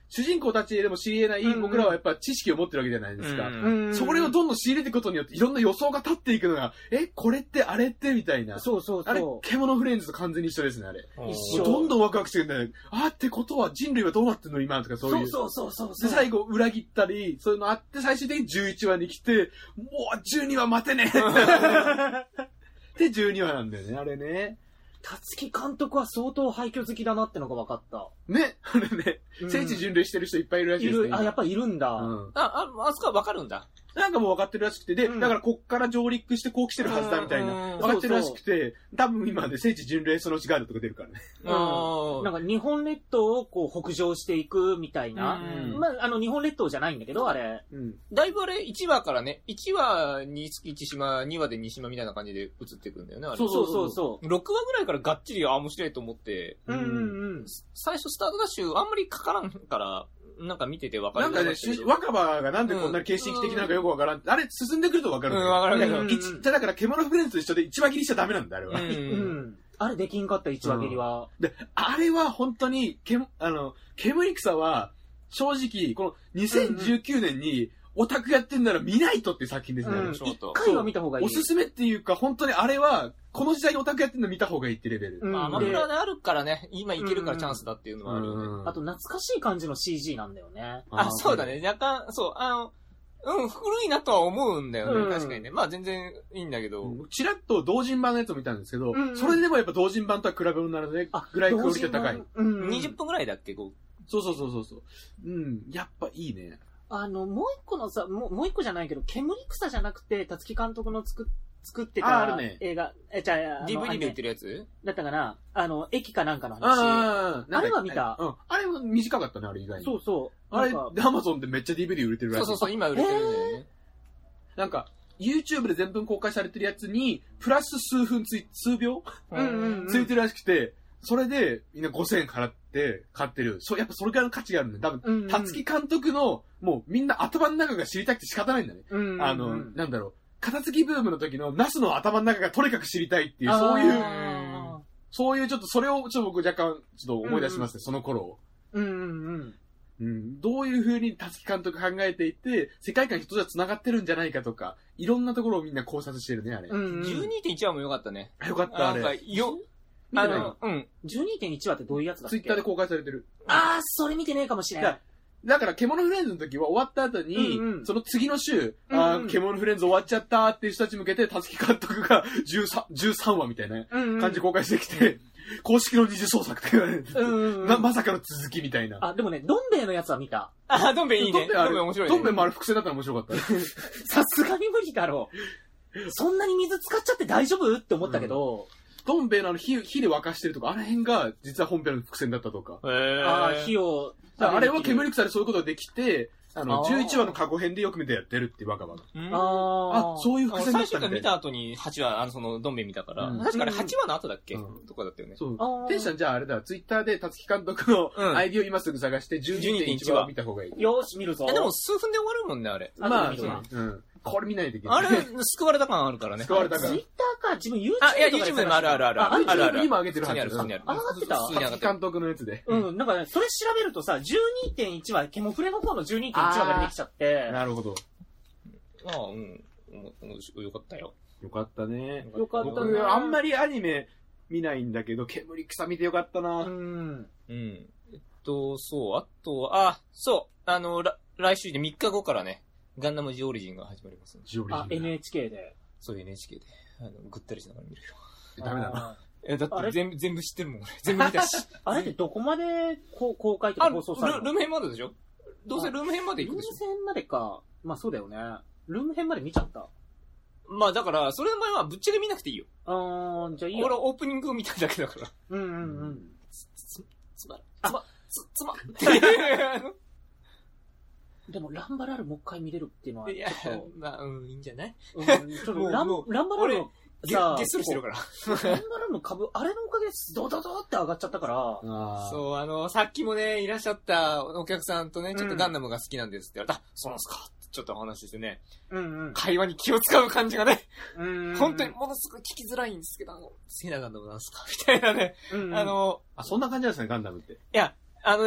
主人公たちでも知り得ない僕らはやっぱ知識を持ってるわけじゃないですか。 うんそれをどんどん仕入れていくことによっていろんな予想が立っていくのが、え、これってあれってみたいな。 そうそうそう。 あれ、獣フレンズと完全に一緒ですね、あれ。 一緒どんどんワクワクしてくるんだよ。あってことは人類はどうなってんの今とかそういう。 そうそうそうそう。 で、最後裏切ったり、そういうのあって最終的にじゅういちわに来て、もうじゅうにわ待てねで、じゅうにわなんだよね、あれね。 辰木監督は相当廃墟好きだなってのが分かった。 ね、あれね、 うん聖地巡礼してる人いっぱいいるらしいですね。 いる、あ、やっぱいるんだ。 うん。 あ、あ、あそこはわかるんだ。 なんかもう分かってるらしくて、で、 うんだからこっから上陸してこう来てるはずだみたいな。 うん分かってるらしくて、多分今で聖地巡礼そのうちガードとか出るからね。 うん。なんか日本列島をこう北上していくみたいな。 うんまあ、あの日本列島じゃないんだけど、あれ。 うん。 だいぶあれ、いちわからね、いちわにつきいち島、にわでに島みたいな感じで映ってくるんだよね、あれ。 そうそうそうそろくわぐらいからがっちり、あ、面白いと思って、 う。うんうんうん。 最初スタートダッシュあんまりかからんから、なんか見ててわかるなんかね、若葉がなんでこんな形式的なのかよくわからん。あれ、進んでくるとわかるんだよ。 うんわかるけどうん一じゃだから、獣フレンズと一緒で一話切りしちゃダメなんだ、あれは。 うんうん。あれできんかった、一話切りは。 で、あれは本当に、けあの、煙草は、正直、このにせんじゅうきゅうねんにオタクやってんなら見ないとっていう作品ですね。 うん。 ちょっと一回は見た方がいい。 おすすめっていうか、本当にあれは、この時代にオタクやってるの見た方がいいってレベル。 うんまあ、アマでプラであるからね、今いけるからチャンスだっていうのはあるよね。 うんあと懐かしい感じの シージー なんだよね。 あ、そうだね。若干、そう、あの、うん、古いなとは思うんだよね。 うん確かにね。まあ全然いいんだけど。 うんチラッと同人版のやつを見たんですけど、 うんうんそれでもやっぱ同人版とは比べ物になるので、ぐらいクオリティ高い。 うん。 にじゅっぷんぐらいだっけこそうそうそうそうそう。うん、やっぱいいね。 あの、もう一個のさ、もうもう一個じゃないけど、煙草じゃなくて、辰木監督の作っ作ってたああるね映画、え、じゃあ、あのディーブイディー で売ってるるやつだったかなあの、駅かなんかの話。 ああ、 あれは見たうん。あれは短かったね、あれ意外に。 そうそう。 あれ、 なんかアマゾンでめっちゃ ディーブイディー 売れてるらしい。 そうそうそう、今売れてるんだよね。 なんか、YouTube で全文公開されてるやつに、プラス数分つい、数秒うんうんうんついてるらしくて、それでみんなごせんえん払って買ってる。そう、やっぱそれくらいの価値があるんだよ。多分、 うんうん辰木監督の、もうみんな頭の中が知りたくて仕方ないんだね。 うんうんうんあの、なんだろう。片付きブームの時のナスの頭の中がとにかく知りたいっていう、そういう、 あそういうちょっとそれをちょっと僕若干ちょっと思い出しますね、その頃を。 ーうんうんうん。 うん、どういう風に辰木監督考えていて、世界観一つは繋がってるんじゃないかとか、いろんなところをみんな考察してるね、あれ。 うんうん、 じゅうにてんいちわも良かったね。 あよかった、 なんか、 あれ。 よ、 見てないあの、うん。 じゅうにてんいち 話ってどういうやつだっけツイッターで公開されてる。 あー、それ見てねえかもしれない。 だから、獣フレンズの時は終わった後に、 うんうんその次の週、 うんうんあー獣フレンズ終わっちゃったっていう人たちに向けて、辰木監督がじゅうさん、じゅうさんわみたいなうんうん感じで公開してきて、公式の二次創作って言われて、 うんうんうんま、まさかの続きみたいな。 あ、でもね、どん兵衛のやつは見た。 あ、どん兵衛いいね。どんあれ兵衛面白いね。 どん兵衛もあれ伏線だったら面白かった。 さすがに無理だろう。そんなに水使っちゃって大丈夫って思ったけど、 どん兵衛のあの火、火で沸かしてるとか、あの辺が実は本編の伏線だったとか。 へー。 あー、火を。 だからあれは煙草でそういうことができて、あの、 あーじゅういちわの過去編でよく見てやってるっていう若葉が。 うんああ、そういう伏線だ最ったみたいな。 初から見た後にはちわ、あの、その、どん兵衛見たから、 うん確かにはちわの後だっけ、 うんとかだったよね。 そうあー。 テンションじゃああれだ、ツイッターで辰木監督のうんアイディを今すぐ探してじゅうにてんいちわを見た方がいい。 よーし、見るぞ。 え、でも数分で終わるもんね、あれ。 あまあ、 見るわうん。これ見ないといけない。 あれ、救われた感あるからね。 救われたからツイッ。ターか、自分 YouTube とかあ、いや、YouTube でもあるあるある。 あ、あるあるある。 今上げてるはず普通にある、普通にある。 あ上がってた普通に上がってる。 辰木監督のやつで。 うん、なんかね、それ調べるとさ、じゅうにてんいちわ、ケモフレの方のじゅうにてんいちわが出てきちゃって、 なるほど。 ああ、うん。おもしよかったよ。 よかったね。 よかったね。 僕、あんまりアニメ見ないんだけど、煙草見てよかったうな。 ん。 うん。えっと、そう、あとは、あ、そう、あの、ら来週でみっかごからね、ガンダムジオリジンが始まりますんで。 ジオリジンあ、エヌエイチケー で。 そういう エヌエイチケーで、あの、ぐったりしながら見るよ。 ダメだな。 あえ、だっあれて全部、全部知ってるもん、俺。全部見たし。 ー。あれってどこまでこう公開とあ、 かル放送されるのルーム編まででしょどうせルーム編までルーム行くでしょ編までか。まあそうだよね。ルーム編まで見ちゃった。 まあだから、それの前はぶっちゃけ見なくていいよ。 あー、じゃあいいよ。 俺オープニングを見ただけだから。 うんうんうん。 つ、つ、つま、つま、つ、つま、っていうでも、ランバラールもう一回見れるっていうのは、 いやちょっと、、 まあ、うん、いいんじゃないうん、ちょっとランもうもうランバラールの、 ゲさあゲッスルしてるから。 ランバラールの株、あれのおかげでドドドって上がっちゃったから、 あーそう、あの、さっきもね、いらっしゃったお客さんとね、ちょっとガンダムが好きなんですって言われた。あ、そうなんすかってちょっとお話ししてね、 うんうん。 会話に気を使う感じがね、 うん本当にものすごい聞きづらいんですけど、あの、好きなガンダムなんすかみたいなね、 うんうん、 あの、 あ、そんな感じなんですね、ガンダムって。 いや、あのね、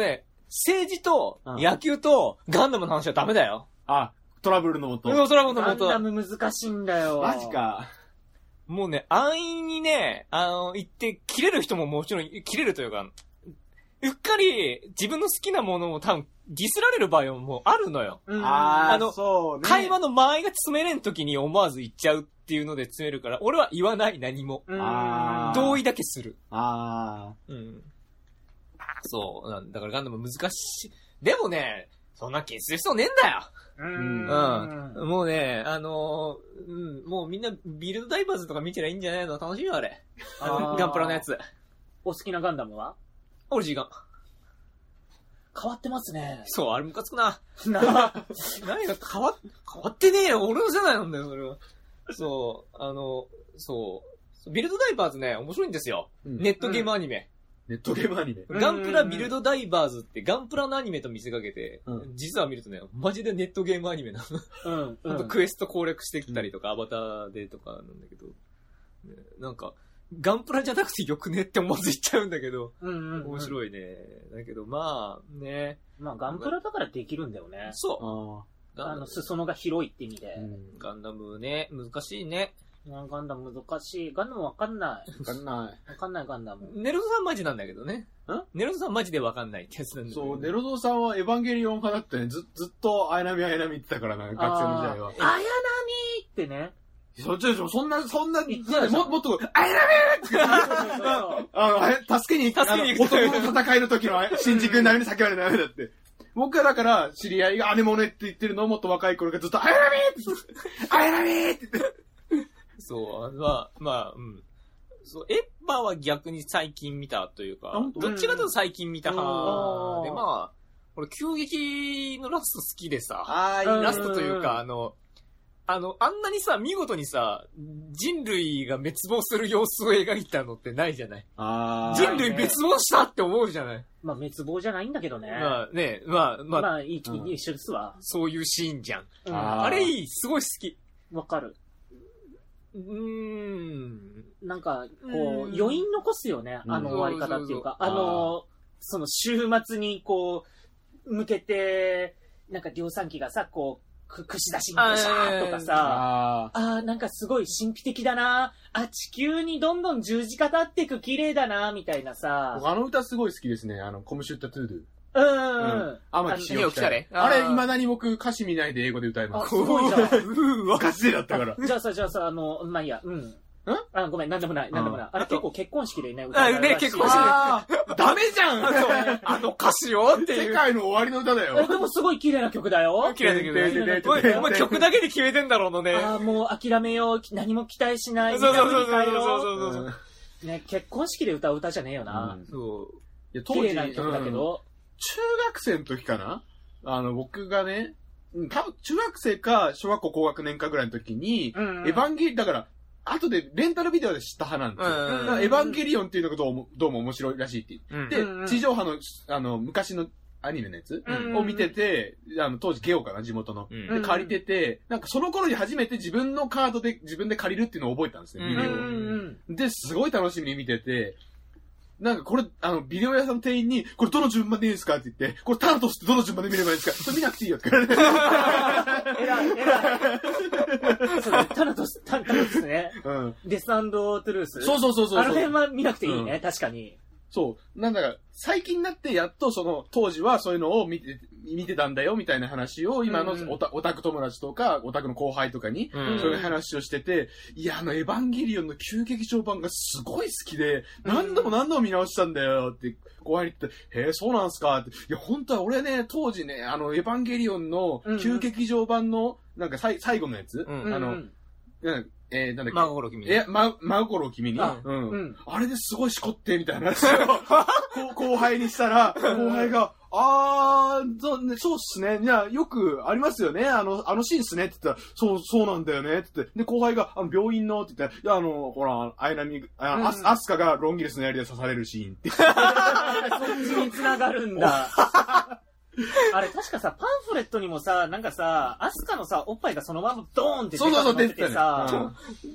政治と野球とガンダムの話はダメだよ。 あ、トラブルのもと。 トラブルのもと。 ガンダム難しいんだよ。 マジか。 もうね、安易にね、あの、言って切れる人ももちろん切れるというか、うっかり自分の好きなものを多分ディスられる場合ももうあるのよ。 うん、 あー、 あのそうね。 会話の間合いが詰めれん時に思わず言っちゃうっていうので詰めるから、俺は言わない何も。 うんあー同意だけする。 あうん。そうなん。だからガンダム難しい。でもね、そんな気にする必要ねえんだよ。 うんうん。もうね、あのー、うん、もうみんなビルドダイバーズとか見てりゃいいんじゃないの？楽しいよ、あれ。あの、 あーガンプラのやつ。 お好きなガンダムは俺時間。 変わってますね。 そう、あれムカつくな。 な何が変わっ、変わってねえよ。俺の世代なんだよ、それは。そう、あの、そう。ビルドダイバーズね、面白いんですよ。 うんネットゲームアニメ。 ネットゲームアニメ。 うんガンプラビルドダイバーズってガンプラのアニメと見せかけて、 うん実は見るとね、マジでネットゲームアニメなの。 うん。 ほんとクエスト攻略してきたりとか、アバターでとかなんだけど、ねなんか、ガンプラじゃなくてよくねって思わず言っちゃうんだけど、 うんうんうん。 面白いね。だけど、まあ、ね。 まあ、ガンプラだからできるんだよね。 そう。 あガンダムあの、裾野が広いって意味であ。う。ん。 ガンダムね、難しいね。 ガンダム難しい。ガンダムわかんない。 わかんない。 わかんないガンダム。 ネルドさんマジなんだけどね。 んネルドさんマジでわかんないってやつなんだけどそう、ネロゾーさんはエヴァンゲリオン派だってね、ず、ずっとアイナミアイナミ言ってたからな、学生の時代は。 あやなみーってね。 そっちでしょ、そんな、そんな、 言ってたじゃんももっと、アイナミアあの、あれ助けに行く、 助けに行くあの男の戦いの時の新宿並みに叫ばれダメだって。僕はだから、知り合いがアネモネって言ってるのをもっと若い頃からずっと、アイナミーアイナミーって言って。 そう、あのまあ、まあ、うん。そう、エッパーは逆に最近見たというかあ本、当どっちかというと最近見た派うんで、まあ、俺、急激のラスト好きでさ、 あーいいねラストというか、あの、あの、あんなにさ、見事にさ、人類が滅亡する様子を描いたのってないじゃない。 あ人類滅亡したって思うじゃない。 まあ、滅亡じゃないんだけどね。 まあね、まあ、まあ、 まあ、いい、 うん一緒ですわ。 そういうシーンじゃん。 うんあーあれいい、すごい好き。 わかる。 うーん。 なんか、こうんう、余韻残すよね。 うんあの終わり方っていうか。 そうそうそうあの、その週末にこう、向けて、なんか量産機がさ、こう、く串出しにガシャーとかさ、 ああーなんかすごい神秘的だな。あ、地球にどんどん十字架立ってく綺麗だな、みたいなーさ。 僕あの歌すごい好きですね。あの、コムシュッタトゥードゥ。 うん。 ううんん。 天木あの来たれ。 あーあれ、未だに僕歌詞見ないで英語で歌いまあ、 す。 すごいじゃん。 うわ。 ガチでだったから。 じゃあさ、じゃあさ、あの、まあいいや、うん。あ、ごめん、なんでもない、なんでもない。あれ結構結婚式でね、歌あうらしいね結婚式あーダメじゃんあの歌詞をっていう。 世界の終わりの歌だえよ。 でもすごい綺麗な曲だよ。 綺麗だけどてんてんてんてんね。おいお前曲だけで決めてんだろうのね。 ああ、もう諦めよう。何も期待しない。 そうそうそうそうみんな振り返ろそうそうそう。 うね、結婚式で歌う歌じゃねえよな。 うんそう。 いや当時綺麗な曲だけど。 中学生の時かなあの、僕がね、うん多分中学生か小学校高学年かぐらいの時に、 うんうんエヴァンゲリ、だから、後でレンタルビデオで知った派なんですよ。 うんだからエヴァンゲリオンっていうのがどうも、どうも面白いらしいって言って。 うんで、 うん地上波の、あの、昔のアニメのやつうんを見てて、あの、当時ゲオかな、地元の。 うんで、借りてて、なんかその頃に初めて自分のカードで自分で借りるっていうのを覚えたんですね、ビデオを。 うんうんで、すごい楽しみに見てて、なんかこれ、あの、ビデオ屋さんの店員に、これどの順番でいいですかって言って、これタナトスってどの順番で見ればいいですかそれ見なくていいよって言われて。 えらい、えらい。そうだね、タナトス、タタナトスね。 うん。 デス&トゥルース。 そうそうそうそう。 あの辺は見なくていいね、 う確かに。 そう。なんだか、最近になってやっとその、当時はそういうのを見て、見てたんだよみたいな話を、今のうんうんオタオタク友達とか、オタクの後輩とかに、 うんそういう話をしてて、いや、あの、エヴァンゲリオンの旧劇場版がすごい好きで、何度も何度も見直したんだよって、後輩に言って、へえ、そうなんすかって。いや、本当は俺ね、当時ね、あの、エヴァンゲリオンの旧劇場版の、なんかさい最後のやつ、 うんあの、 うんなんかえー、なんだっけ、 真心君。 え、ま、真心君に、 あうん、 うんあれですごいしこって、みたいな話をこう後輩にしたら、後輩が、あー、そうね、そうっすね。いや、よくありますよね。あの、あのシーンっすね。って言ったら、そう、そうなんだよね。って言って。で、後輩が、あの、病院の、って言ったら、いや、あの、ほら、アイナミ、あ、 うんアスアスカがロンギレスの槍で刺されるシーンって。 そっちに繋がるんだ。あれ、確かさ、パンフレットにもさ、なんかさ、アスカのさ、おっぱいがそのままドーンってそうそうそう、 出出てたね。 てさ、 うんで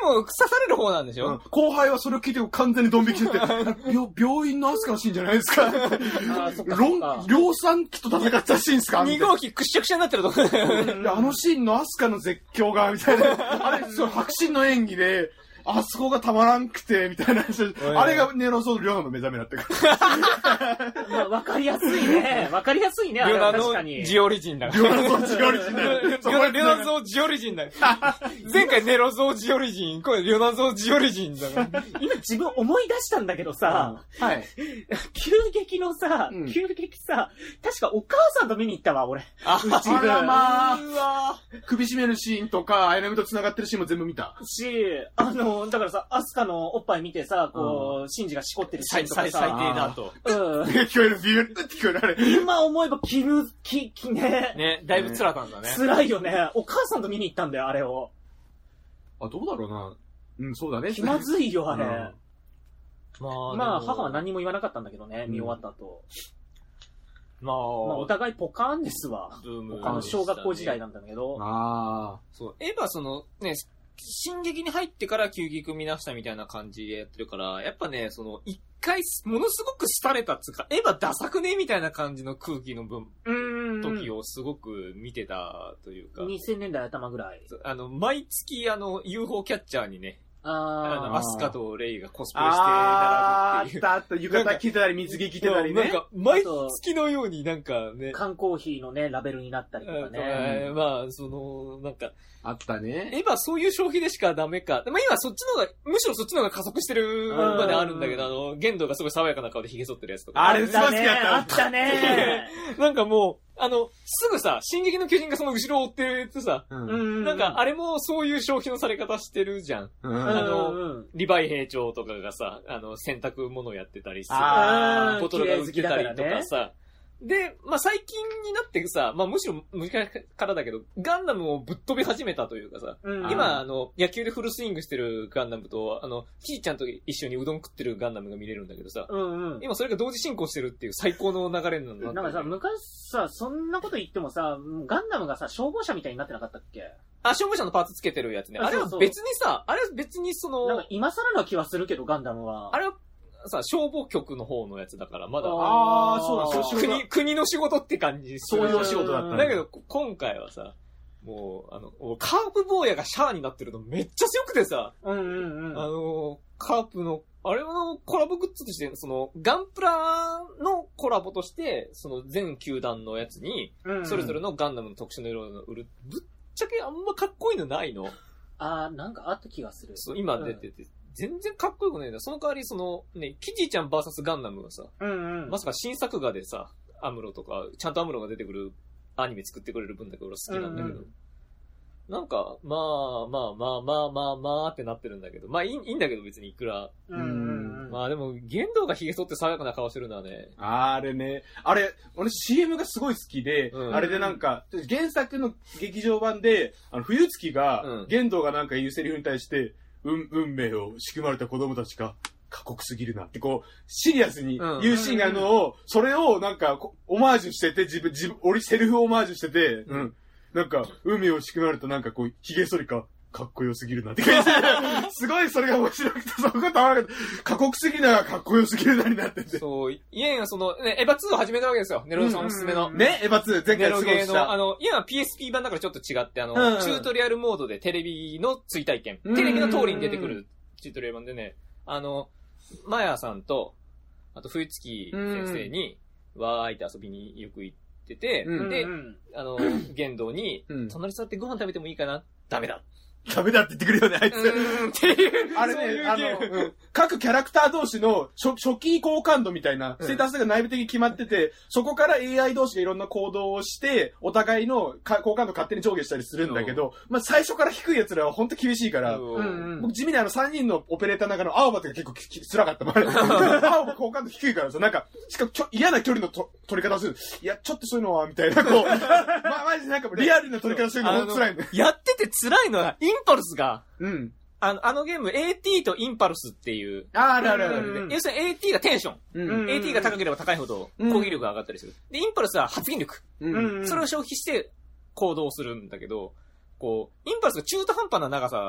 も刺される方なんでしょ、 うん、後輩はそれを聞いて完全にドン引きしてて、病院のアスカのシーンじゃないですか量産機と戦ったシーンですかに号機くっしゃくしゃになってるとこあのシーンのアスカの絶叫が、みたいな。あれ、そう、迫真の演技で、あそこがたまらんくて、みたいな。あれがネロソード・リョナの目覚めだったから。 まあ、わかりやすいね。わかりやすいね、あれは確かに。 リョナのジオリジンだ。 リョナゾージオリジンだ。 リョナゾージオリジンだ。前回ネロゾージオリジン、これリョナゾージオリジンだ。 今自分思い出したんだけどさ、 うん、はい。 急激のさ、うん、急激さ、確かお母さんと見に行ったわ、俺。 あ、うちがまあ、首絞めるシーンとか、アイナミと繋がってるシーンも全部見た。 し、あの、だからさ、アスカのおっぱい見てさ、こう、うん、シンジがしこってるシーンとかさ。 最低だと。 うん。 聞こえる、ビューって聞こえる、あれ。 今思えば、気分、き、きね。 ね、だいぶ辛かったね。 辛いよね。お母さんと見に行ったんだよ、あれを。 あ、どうだろうな。うん、そうだね。 気まずいよ、あれ。うん、 まあ、 まあ、母は何も言わなかったんだけどね、見終わった後。 まあ、まあ、 お互いポカーンですわ。あの、小学校時代なんだけど。 ああ。 そう。エヴァその、ね、進撃に入ってから急激見出したみたいな感じでやってるから、やっぱね、その、一回、ものすごく廃れたっつうか、エヴァダサくねみたいな感じの空気の分、時をすごく見てたというか。 にせんねんだい頭ぐらい。 あの、毎月あの、ユーフォー キャッチャーにね、 ああの、アスカとレイがコスプレして並ぶっていう。 あー、あったあった。浴衣着てたり、水着着てたりね。 なんか、毎月のようになんかね。 缶コーヒーのね、ラベルになったりとかね。 うん、まあ、その、なんか。 あったね。 エヴァそういう消費でしかダメか。まあ今そっちの方が、むしろそっちの方が加速してるまであるんだけど、あの、玄道がすごい爽やかな顔で髭剃ってるやつとか。 あれ、すごい好きだった。 あったね。 なんかもう、あの、すぐさ、進撃の巨人がその後ろを追ってるってさ、うん、なんかあれもそういう消費のされ方してるじゃん。うん、あの、うん、リヴァイ兵長とかがさ、あの、洗濯物やってたりする。ボトルが売ってたりとかさ。で、まあ、最近になってさ、まあ、むしろ昔からだけど、ガンダムをぶっ飛び始めたというかさ、うん、今、あの、野球でフルスイングしてるガンダムと、あの、ひーちゃんと一緒にうどん食ってるガンダムが見れるんだけどさ、うんうん、今それが同時進行してるっていう最高の流れなんだ。 なんかさ、昔さ、そんなこと言ってもさ、ガンダムがさ、消防車みたいになってなかったっけ？ あ、消防車のパーツつけてるやつね。あれは別にさ、あれは別にその、 なんか今更な気はするけど、ガンダムは。 あれは、さ、消防局の方のやつだから、まだ。 ああ、そうだ、そういう国、国の仕事って感じ。 そういうお仕事だった。 だけど、今回はさ、もう、あの、カープ坊やがシャアになってるのめっちゃ強くてさ、 うんうんうん。 あの、カープの、あれのコラボグッズとして、その、ガンプラのコラボとして、その全球団のやつに、それぞれのガンダムの特殊な色を売る。ぶっちゃけあんまかっこいいのないの？ あー、なんかあった気がする。 そう、今出てて。うん、全然かっこよくないんだ。その代わりその、ね、キジちゃん ブイエス ガンダムがさ、 うんうん、 まさか新作画でさ、アムロとか、ちゃんとアムロが出てくるアニメ作ってくれる分だけ俺は好きなんだけど、うんうん、なんか、まあまあまあまあまあまあってなってるんだけど、まあいい、いいんだけど別にいくら。 うんうんうん、 まあでも、玄道が髭剃って爽やかな顔してるのはね。 あれね。あれ、俺 シーエム がすごい好きで、うん、あれでなんか、原作の劇場版で、あの、冬月が、うん、玄道がなんか言うセリフに対して、運、運命を仕組まれた子供たちが過酷すぎるなってこう、シリアスに言うシーンがあるのを、それをなんか、オマージュしてて、自分、自分、俺セリフをオマージュしてて、うん。なんか、運命を仕組まれたなんかこう、髭剃りか、かっこよすぎるなって感じで、すごいそれが面白くて、そこがたまらなかった。過酷すぎながかっこよすぎるなになってて。 そう、イエンはその、ね、エヴァツーを始めたわけですよ。ネロさんおすすめの。 ね、エヴァツー、前回すごいした。 の、あの、イエンは ピーエスピー 版だからちょっと違って、あの、うんうん、チュートリアルモードでテレビの追体験。テレビの通りに出てくるチュートリアル版でね、あの、マヤさんと、あと冬月先生に、わーいって遊びによく行ってて、うん、で、あの、玄道に、うん、隣座ってご飯食べてもいいかな？ダメだ。 ダメだって言ってくるよね、あいつ。 っていう。 あれね、あの、うん、各キャラクター同士の初初期好感度みたいな、ステータスが内部的に決まってて、うん、そこから エーアイ 同士がいろんな行動をして、お互いの好感度勝手に上下したりするんだけど、まあ最初から低い奴らは本当厳しいから、僕地味にあのさんにんのオペレーターの中の青葉とか結構辛かったもん。青葉好感度低いからさ、なんか、しかもちょ嫌な距離のと取り方をする。いや、ちょっとそういうのは、みたいな、こう、まあマジでなんかリアルな取り方するのほんと辛いんだよ。 やってて辛いのは、インパルスが、 うん。 あの、あのゲーム エーティー とインパルスっていう。 あ、あるあるある。 要するに エーティー がテンション。うん、エーティー が高ければ高いほど攻撃力が上がったりする。で、インパルスは発言力。うん、それを消費して行動するんだけど、こう、インパルスが中途半端な長さ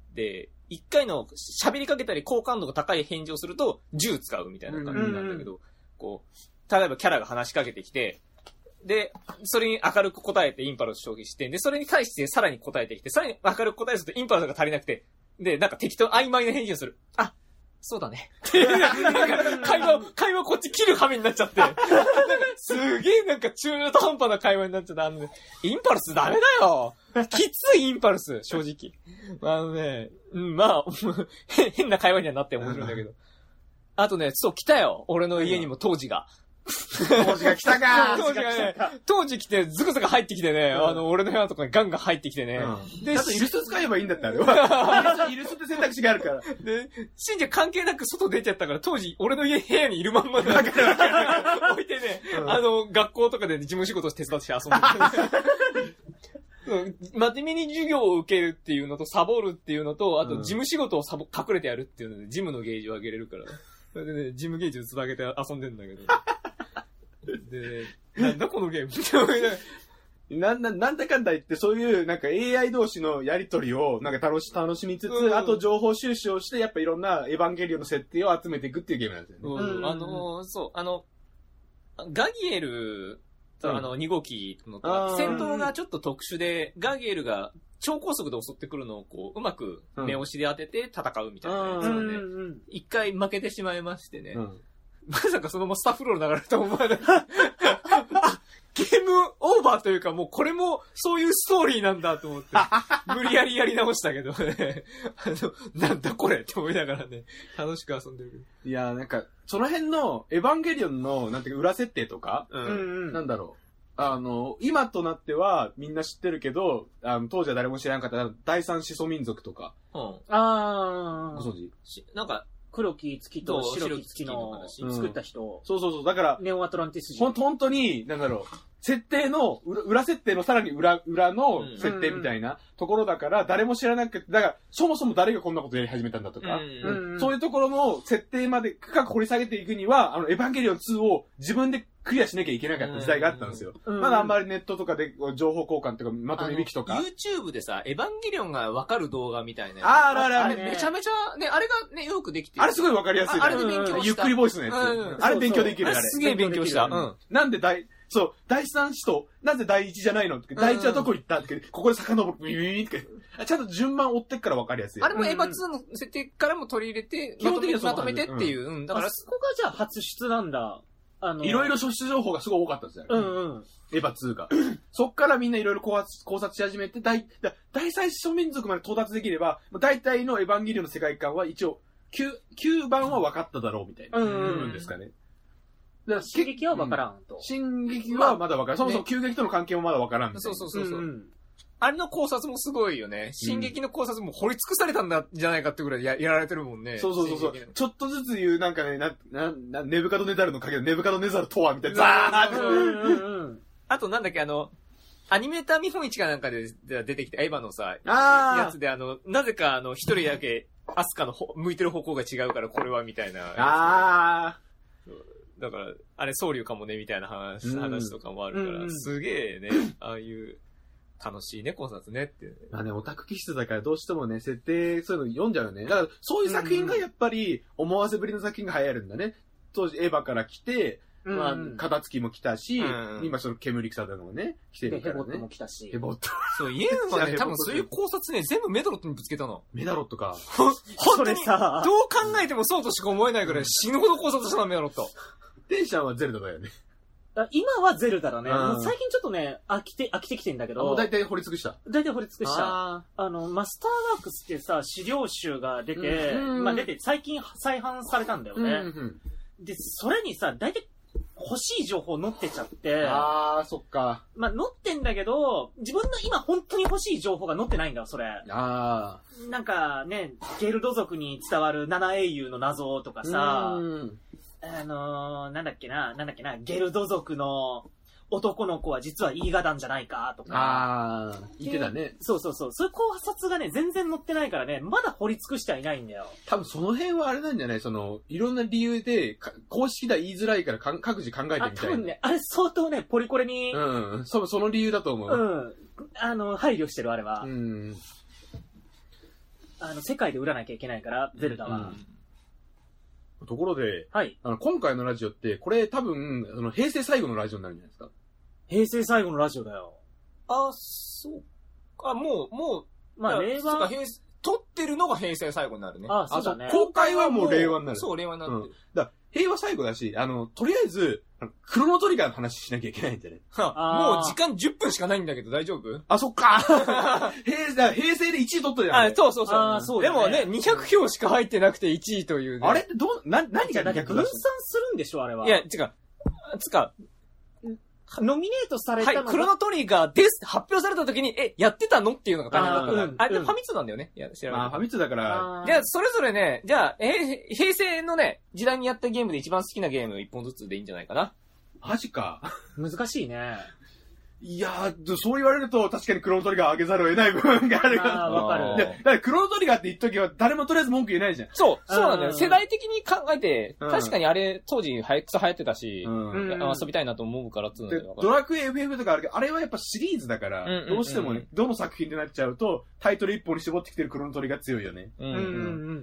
で、一回の喋りかけたり好感度が高い返事をするとじゅう使うみたいな感じなんだけど、こう、例えばキャラが話しかけてきて、で、それに明るく答えてインパルス消費して、で、それに対してさらに答えてきて、さらに明るく答えするとインパルスが足りなくて、で、なんか適当曖昧な返事をする。あ、そうだね。っていう、なんか会話を、会話をこっち切る羽目になっちゃって、なんかすげえなんか中途半端な会話になっちゃった。あのね、インパルスダメだよ。きついインパルス、正直。あのね、うん、まあ、変な会話にはなって面白いんだけど。あとね、そう来たよ。俺の家にも当時が。 当時が来たか当時がね、当時来て、ズクズク入ってきてね、うん、あの、俺の部屋とかにガンガン入ってきてね。 うん、で、あとイルス使えばいいんだったあれは。イルスって選択肢があるから。 で、信者関係なく外出ちゃったから、当時、俺の家部屋にいるまんまで、置いてね、うん、あの、学校とかで事務仕事手伝って遊んでた。真面目に授業を受けるっていうのと、サボるっていうのと、あと事務仕事をサボ、隠れてやるっていうので、ジムのゲージを上げれるから。それでね、ジムゲージをつなげて遊んでんだけど。で、なんだこのゲームって思いながら。な、な、なんだかんだ言って、そういう、なんか エーアイ 同士のやりとりを、なんか楽し、楽しみつつ、うん、あと情報収集をして、やっぱいろんなエヴァンゲリオンの設定を集めていくっていうゲームなんですよね。 うん、あのー、そう、あの、ガギエルと、うん、あの、に号機の戦闘がちょっと特殊で、ガギエルが超高速で襲ってくるのをこう、うまく目押しで当てて戦うみたいなやつなので、一回負けてしまいましてね。うん、まさかそのままスタッフロール流れると思わない。ゲームオーバーというかもうこれもそういうストーリーなんだと思って、無理やりやり直したけどね。あの、なんだこれって思いながらね、楽しく遊んでる。 いやーなんか、その辺のエヴァンゲリオンの、なんていうか裏設定とか、うん、なんだろう。あの、今となってはみんな知ってるけど、あの当時は誰も知らなかった第三始祖民族とか。 うん。あー。ご存知？ なんか、 黒木月と白木月の作った人、うん。 そうそうそう。だから、 ネオアトランティス人。 ほんと、本当に、なんだろう。設定の、裏、裏設定のさらに裏、裏の設定みたいなところだから、誰も知らなくて、だから、そもそも誰がこんなことやり始めたんだとか、うんうん、そういうところの設定まで深く掘り下げていくには、あの、エヴァンゲリオンツーを自分でクリアしなきゃいけなかった時代があったんですよ。うんうん、まだあんまりネットとかで情報交換とか、まとめ引きとか。 YouTube でさ、エヴァンゲリオンがわかる動画みたいな。 あー、あれあれ、 あれめちゃめちゃ、ね、あれがね、よくできてる。 あれすごいわかりやすい。 あれで勉強した。 ゆっくりボイスのやつ。うんうん、あれ勉強できる、あれ。 すげえ勉強した。うん。 なんで大、そう、第三使徒、なぜ第一じゃないのって、第一はどこ行ったって、ここで遡る、ビビビって。ちゃんと順番追ってっから分かりやすい。 あれもエヴァツーの設定からも取り入れて、まとめまとめてっていう。うん。 だから、そこがじゃあ初出なんだ。 あの、いろいろ初出情報がすごい多かったんですよ。 うんうん。 エヴァツーが。そっからみんないろいろ考察、考察し始めて、第、第三始祖民族まで到達できれば、大体のエヴァンゲリオンの世界観は一応、きゅう、きゅうばんは分かっただろうみたいな部分ですかね。 だから進撃は分からんと。 進撃はまだ分からん。そもそも急激との関係もまだ分からん。 そうそうそうそう。あれの考察もすごいよね。進撃の考察も掘り尽くされたんだ、じゃないかってぐらいややられてるもんね。 そうそうそうそう。ちょっとずつ言う、なんかね、な、な、な、ネブカドネザルの影のネブカドネザルとはみたいな。ザーッあとなんだっけ、あの、アニメーター見本市かなんかで出てきたエヴァのさ、やつであの、なぜかあの、一人だけアスカの向いてる方向が違うからこれはみたいな。 あー。だから、あれ、僧侶かもね、みたいな話、話とかもあるから、すげえね、ああいう、楽しいね、考察ねって。 まあね、オタク気質だからどうしてもね、設定、そういうの読んじゃうよね。だから、そういう作品がやっぱり、思わせぶりの作品が流行るんだね。当時、エヴァから来て、まあ、片付きも来たし、今その煙草とかもね、来てるからね。 ヘボットも来たし。 ヘボット。 そう、言うのはね、多分そういう考察ね、全部メダロットにぶつけたの。 メダロットか。 ほ、本当にさ、どう考えてもそうとしか思えないぐらい死ぬほど考察したの、メダロット。 テンションはゼルダだよね。 今はゼルダだね。最近ちょっとね、飽きて、飽きてきてんだけど。 もう大体掘り尽くした。 大体掘り尽くした。あの、マスターワークスってさ、資料集が出て、まあ出て、最近再販されたんだよね。で、それにさ、大体欲しい情報載ってちゃって。 あー、そっか。 まあ載ってんだけど、自分の今本当に欲しい情報が載ってないんだよ、それ。 あー。なんかね、ゲルド族に伝わる七英雄の謎とかさ、あのー、なんだっけな、なんだっけな、ゲルド族の男の子は実はイーガダンじゃないかとか。 あー、言ってたね。 そうそうそう。そういう考察がね、全然載ってないからね、まだ掘り尽くしてはいないんだよ。 多分その辺はあれなんじゃないその、いろんな理由で、公式では言いづらいからか各自考えてみたいな。 あ、多分ね、あれ相当ね、ポリコレに。 うん、そ、その理由だと思う。 うん。あの、配慮してる、あれは。 うん。 あの、世界で売らなきゃいけないから、ゼルダは。 うんところで、 はい。 あの、今回のラジオって、これ多分、あの、平成最後のラジオになるんじゃないですか？ 平成最後のラジオだよ。 あ、そうか。もう、もう、 まあ、令和。 撮ってるのが平成最後になるね。 あ、そうだね。 公開はもう令和になる。 そう、令和になってる。うん、 だ平和最後だし、あの、とりあえず、クロノトリガーの話しなきゃいけないんじゃねもう時間じゅっぷんしかないんだけど大丈夫？ あ、そっか平, 平成でいちい取ったじゃん。 あ、そうそうそう。 あそうだね、 でもね、にひゃくひょうしか入ってなくていちいという、ね。 あれってどう、な、何がだって分散するんでしょあれは。 いや、違う。つか、 ノミネートされたのが、 はい、クロノトリガーですって発表された時に、え、やってたのっていうのが大変だったから。あ、うん、あれ、うん、ファミ通なんだよね。いや、知らない。 あ、ファミ通だから。 じゃあ、それぞれね、じゃあ、え、平成のね、時代にやったゲームで一番好きなゲーム一本ずつでいいんじゃないかな。 マジか。 難しいね。 いやー、そう言われると確かにクロノトリガー上げざるを得ない部分があるよ。 ああ、わかる。 だからクロノトリガーって言っときは誰もとりあえず文句言えないじゃん。 そう、そうなんだよ。世代的に考えて、うん、確かにあれ当時はや、くそ流行ってたし、うん、遊びたいなと思うからっつうので。 ドラクエ エフエフ とかあるけど、あれはやっぱシリーズだから、うんうんうん、どうしてもね、どの作品でなっちゃうと、タイトル一本に絞ってきてるクロノトリガー強いよね。 うんうんうん、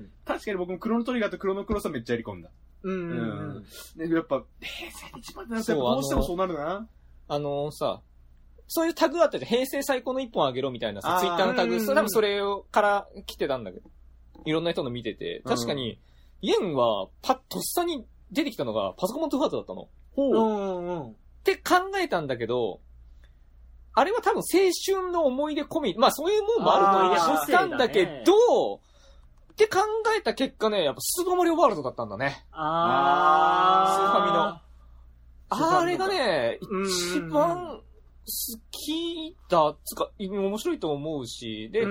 確かに僕もクロノトリガーとクロノクロスはめっちゃやり込んだ。 うんうんうんうん、やっぱ、平成で一番なんてどうしてもそうなるな。 あのー、さ、そういうタグあったじゃん。平成最高の一本あげろみたいなさ、ツイッターのタグ、それ多分それから来てたんだけど、いろんな人の見てて、確かに、イエンは、パッとっさに出てきたのがパソコントゥーハートだったの。 ほう。うんうん。 って考えたんだけど、あれは多分青春の思い出込み、まあそういうもんもあると思ったんだけど、って考えた結果ね、やっぱスーパーマリオワールドだったんだね。 あー。スーファミの。あれがね、一番好きだ、つか、面白いと思うし、で、で、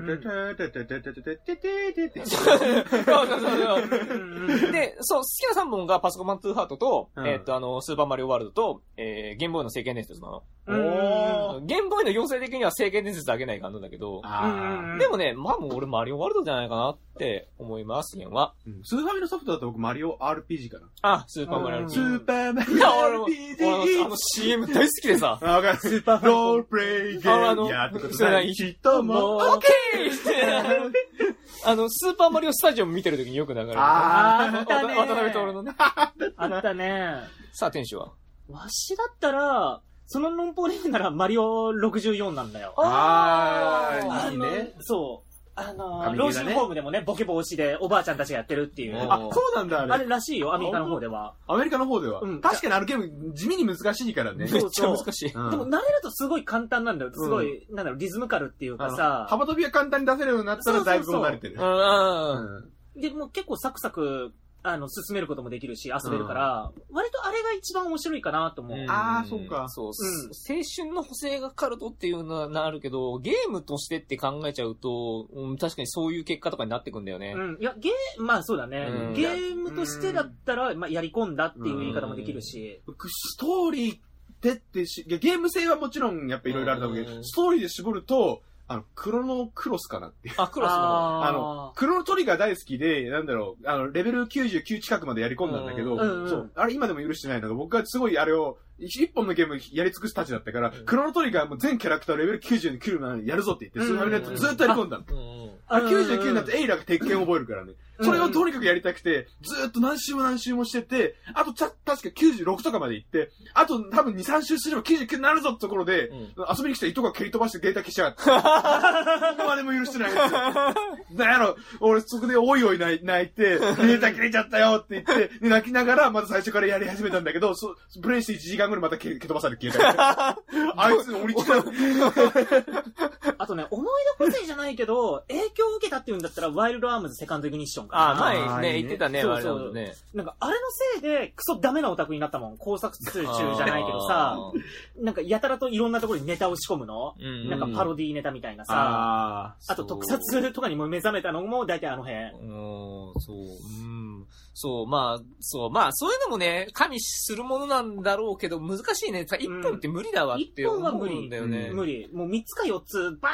そう、好きなさんぼんがパソコンマントゥーハートと、うん、えっと、あの、スーパーマリオワールドと、えー、ゲームボーイの聖剣伝説なの。おー。ゲームボーイの要請的には聖剣伝説あげないかんのだけど、でもね、まあもう俺マリオワールドじゃないかなって思います、ゲンは。 うん、スーファミのソフトだと僕マリオ アールピージー かな。 あ、スーパーマリオ アールピージー。 スーパーマリオ アールピージー。 俺も、あの シーエム 大好きでさ。 あ、わかる。スーパーロールプレイゲームやってことない人も。 オッケーあの、スーパーマリオスタジオ見てるときによく流れる。 あー、あったね。 渡辺徹のね。 あったね。 さあ、店主はわしだったら、その論法で言うならマリオろくじゅうよんなんだよ。 あー、いいね。 そう。あのー、老人ホームでもね、ボケ防止でおばあちゃんたちがやってるっていう。 あ、そうなんだ、あれ。 あれらしいよ、アメリカの方では。 アメリカの方では。うん。確かにあのゲーム、地味に難しいからね。 めっちゃ難しい。 でも慣れるとすごい簡単なんだよ。すごい、なんだろう、リズムカルっていうかさ。 幅跳びは簡単に出せるようになったらだいぶ慣れてる。 うん。で、もう結構サクサク、あの、進めることもできるし、遊べるから、うん、割とあれが一番面白いかなと思う。うん、 ああ、そっか。 そう、うん。青春の補正がかかるとっていうのはなるけど、ゲームとしてって考えちゃうと、うん、確かにそういう結果とかになってくんだよね。 うん。いや、ゲー、まあそうだね。うん、ゲームとしてだったら、まあやり込んだっていう言い方もできるし。 ストーリーってってし、ゲーム性はもちろんやっぱいろいろあると思うけど、ストーリーで絞ると、あの、クロノクロスかなっていう。 あ、クロスの。 あの、クロノトリガー大好きで、なんだろう、あの、レベルきゅうじゅうきゅう近くまでやり込んだんだけど、うんうん、そう、あれ今でも許してないのが、僕はすごいあれを、一本のゲームやり尽くすたちだったから、うん、クロノトリガーも全キャラクターレベルきゅうじゅうに来るまでやるぞって言って、スーファミネットずっとやり込んだの。あれきゅうじゅうきゅうになってエイラが鉄拳覚えるからね。それをとにかくやりたくて、ずーっと何周も何周もしてて、あとた、確かきゅうじゅうろくとかまで行って、あと多分に、さん周すればきゅうじゅうきゅうになるぞってところで、うん、遊びに来た糸が蹴り飛ばしてデータ消しやがった。今までも許してないんですよ。なんやろ、俺そこでおいおい泣いて、データ切れちゃったよって言って、で泣きながらまた最初からやり始めたんだけど、そプレイしていちじかんぐらいまた蹴飛ばされて消えた。あいつ降りちゃう。 あとね、思い出補正じゃないけど、影響を受けたっていうんだったら、ワイルドアームズセカンドイグニッションかな。 あ、前ね、言ってたね、 そうそう。ね、なんか、あれのせいで、クソダメなオタクになったもん。工作中じゃないけどさ、なんか、やたらといろんなところにネタを仕込むの、うん、なんか、パロディネタみたいなさ、あ, あと、特撮とかにも目覚めたのも、大体あの辺。 うん、そう。うんそう、まあ、そう、まあ、そういうのもね、加味するものなんだろうけど、難しいね。一本って無理だわって思うんだよね。 うん、無理。もう三つか四つ、バ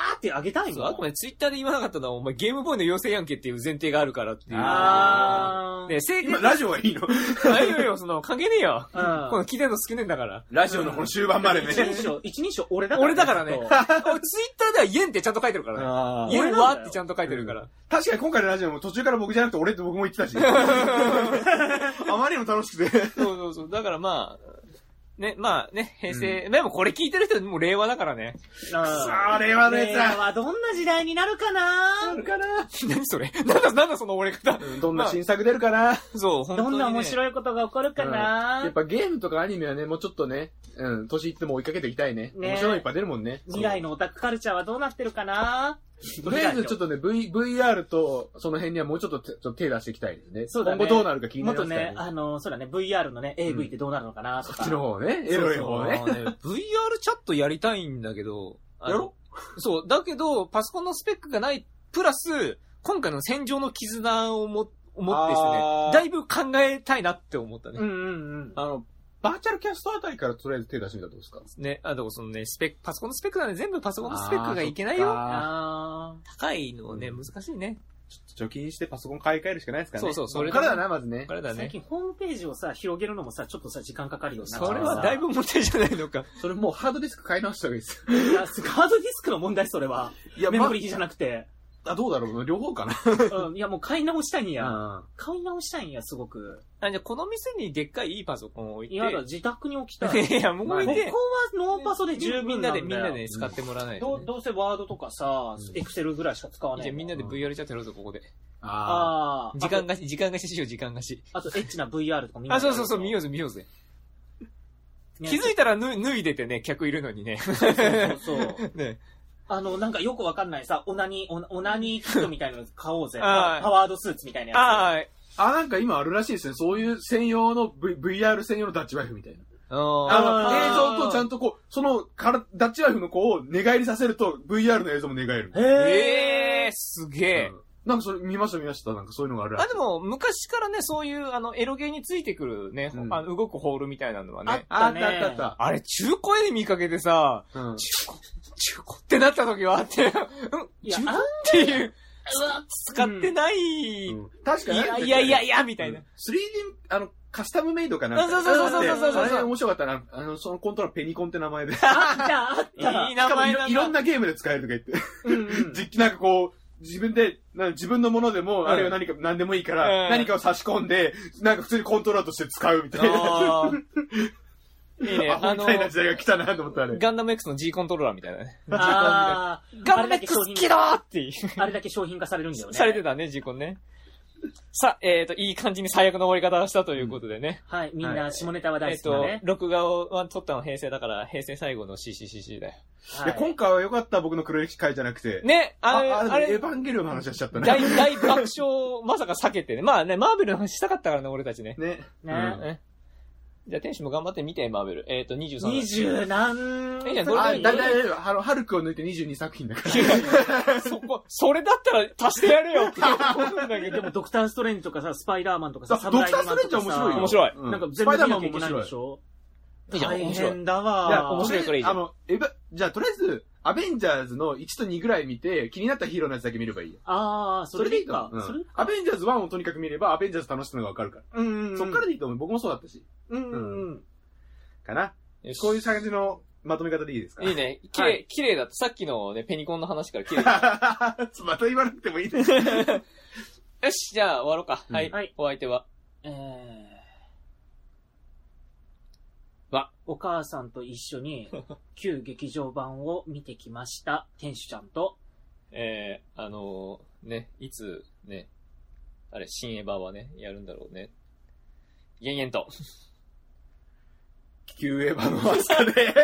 ーってあげたいそう、 もん。 あくまでツイッターで言わなかったのは、お前ゲームボーイの妖精やんけっていう前提があるからっていう。 あー。 で、制今、ラジオはいいのあ、いいよいいよ、その、関係ねえよ。 うん。 この聞いてるの少ねえんだから。 ラジオのこの終盤までね。 一人称、一人称俺だから。 俺だからね。 ずっツイッターではイエンってちゃんと書いてるからね。 あイエンはってちゃんと書いてるから。 確かに今回のラジオも途中から僕じゃなくて俺って僕も言ってたし。あまりにも楽しくて。 そうそうそう。だからまあ、ね、まあね、平成、でもこれ聞いてる人もう令和だからね。 と。 さあ、令和のやつ令和だ。 はどんな時代になるかなあるかな何それなんだ、なんだその折れ方。 うんどんな新作出るかなそう、本当に、ね。 どんな面白いことが起こるかな、 やっぱゲームとかアニメはね、もうちょっとね、うん、年いっても追いかけていきたいね。 ね面白いのいっぱい出るもんね。 未来のオタクカルチャーはどうなってるかなとりあえずちょっとね、V、ブイアール とその辺にはもうちょっとちょっと手出していきたいですね。 そうだね今後どうなるか気になもっとりますからね。 ね、あの、そうだね、ブイアール のね、エーブイ ってどうなるのかなとか。 こっちの方ね、エロい方ね。 そうそうね ブイアール チャットやりたいんだけど。あのやろそう、だけど、パソコンのスペックがない、プラス、今回の戦場の絆をも、思ってですあね、 ーだいぶ考えたいなって思ったね。 うんうんうん。 あの、バーチャルキャストあたりからとりあえず手出してみたらどうですかね、あとそのね、スペック、パソコンのスペックなんで全部パソコンのスペックがいけないよ。 あ高いのね、難しいね。 ちょっと貯金してパソコン買い替えるしかないですからね。 そうそうそれこっからだな、まずね。 ー。 これだね。 最近ホームページをさ、広げるのもさ、ちょっとさ、時間かかるようになっちゃそうれからはだいぶ問題じゃないのか。 それもうハードディスク買い直した方がいいです。 いや、ハードディスクの問題、それは。 いやメモリーじゃなくて。 あ、どうだろう両方かな。 うん。いや、もう買い直したいんや。 あ買い直したいんや、すごく。 あ、じゃあこの店にでっかいいいパソコンを置いて。 いやだ、自宅に置きたい。 いや、もう置いて。 ここはノーパソで十分なんだよ。 みんなで、みんなで使ってもらわないとね、 どう、どうせワードとかさ、エクセルぐらいしか使わない。 じゃあみんなで ブイアール チャットやろうぞ、ここで。 あ。 ああ。 時間貸し、時間貸ししよう、時間貸し。 あと、あとエッチな ブイアール とか見なあ、 がらそうそうそう、見ようぜ、見ようぜ。 ね気づいたら脱い脱いでてね、客いるのにね。 そうそうそう。 ね。 あの、なんかよくわかんないさ、オナニー、オオナニーキットみたいなの買おうぜ。 あーパワードスーツみたいなやつ。 ああ、なんか今あるらしいですね。そういう専用の、v、ブイアール 専用のダッチワイフみたいな。 あ。 あの、 あー映像とちゃんとこう、そのからダッチワイフの子を寝返りさせると ブイアール の映像も寝返る。 へええー、すげえ。 うんなんかそれ見ました見ました。なんかそういうのがあるらしい。 あ、でも、昔からね、そういう、あの、エロゲーについてくるね、 うんあの動くホールみたいなのはね。 あっねたあったあったあっあれ、中古屋で見かけてさ、 た。うん。 中古、中古ってなった時はあって、うん、 いや中古っていう、使ってない、 うん確かに。 いやいやいやいや、みたいな。 スリーディー、あの、カスタムメイドかなんか。 あそうそうそうそうそうそうあれ面白かったな。あの、そのコントローラーペニコンって名前で。しあった、あった。 いい名前だな。 かもいろいろんなゲームで使えるとか言って。 うんうん。 実機なんかこう、自分で、な自分のものでも、 んあるいは何か、何でもいいから、 うん何かを差し込んで、なんか普通にコントローラーとして使うみたいな。 あーいいね。 アホあの、 みたいな時代が来たなと思ったあれ。 ガンダム X の G コントローラーみたいなね。 あーガンダム X 好きだーっていう。 あれだけ商品化されるんだよね。 されてたね、G コンね。さあ、えっ、と、いい感じに最悪の終わり方をしたということでね。 はい、みんな下ネタはえっ、と大好きだね、。 録画を撮ったのは平成だから、平成最後の シーシーシーシー だよ。 いや、今回は良かった僕の黒歴史会じゃなくて。 ね、あれ、 あ、 あれ、 あれ、エヴァンゲリオンの話はしちゃったね。 大、大爆笑、まさか避けてね。まあね、マーベルの話したかったからね、俺たちね。 ね。 ねねじゃあ、天使も頑張って見て、マーベル。えっ、と、にじゅうさん。 二十何いいじゃんどれあ、 でもいいだいたい、あの、ハルクを抜いてにじゅうにさく品だから。 そこ、それだったら足してやれよって思うんだけど。 でもドクターストレンジとかさ、スパイダーマンとかさ、 ドクターストレンジは面白いよ。 面白いうんなんか全スパイダー部見なきゃいけマンも面白いないんでし。ょいいじゃん、 大面白い。 変だわ。 いや、 面白いからいいじゃんあの、エヴァ、じゃあとりあえず、アベンジャーズのいちとにぐらい見て、気になったヒーローのやつだけ見ればいいよ。 ああ、それでいいか。 うんそれアベンジャーズワンをとにかく見れば、アベンジャーズ楽しさのがわかるから。 うんうんうん。 そっからでいいと思う。僕もそうだったし。 うんうんうん。 かな。 よしこういう感じのまとめ方でいいですかいいね。綺は麗、綺麗だった。さっきのね、ペニコンの話から綺麗だっまた言わなくてもいいです。 た。よし、じゃあ終わろうか。はい。 はいお相手は。 えー。 わ。 お母さんと一緒に、旧劇場版を見てきました。天使ちゃんと。 えー、あのー、ね、いつ、ね、あれ、新エヴァはね、やるんだろうね。延々と。 旧エヴァの朝で。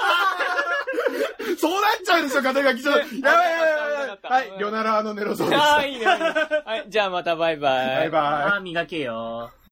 そうなっちゃうでしょ、肩書き。ちょっと、やばいやばいやばい。はい、リョナラーのネロゾーです。 ああ、いいね。いいねはい、じゃあまたバイバイ。 バイバイ。 ああ、磨けよ。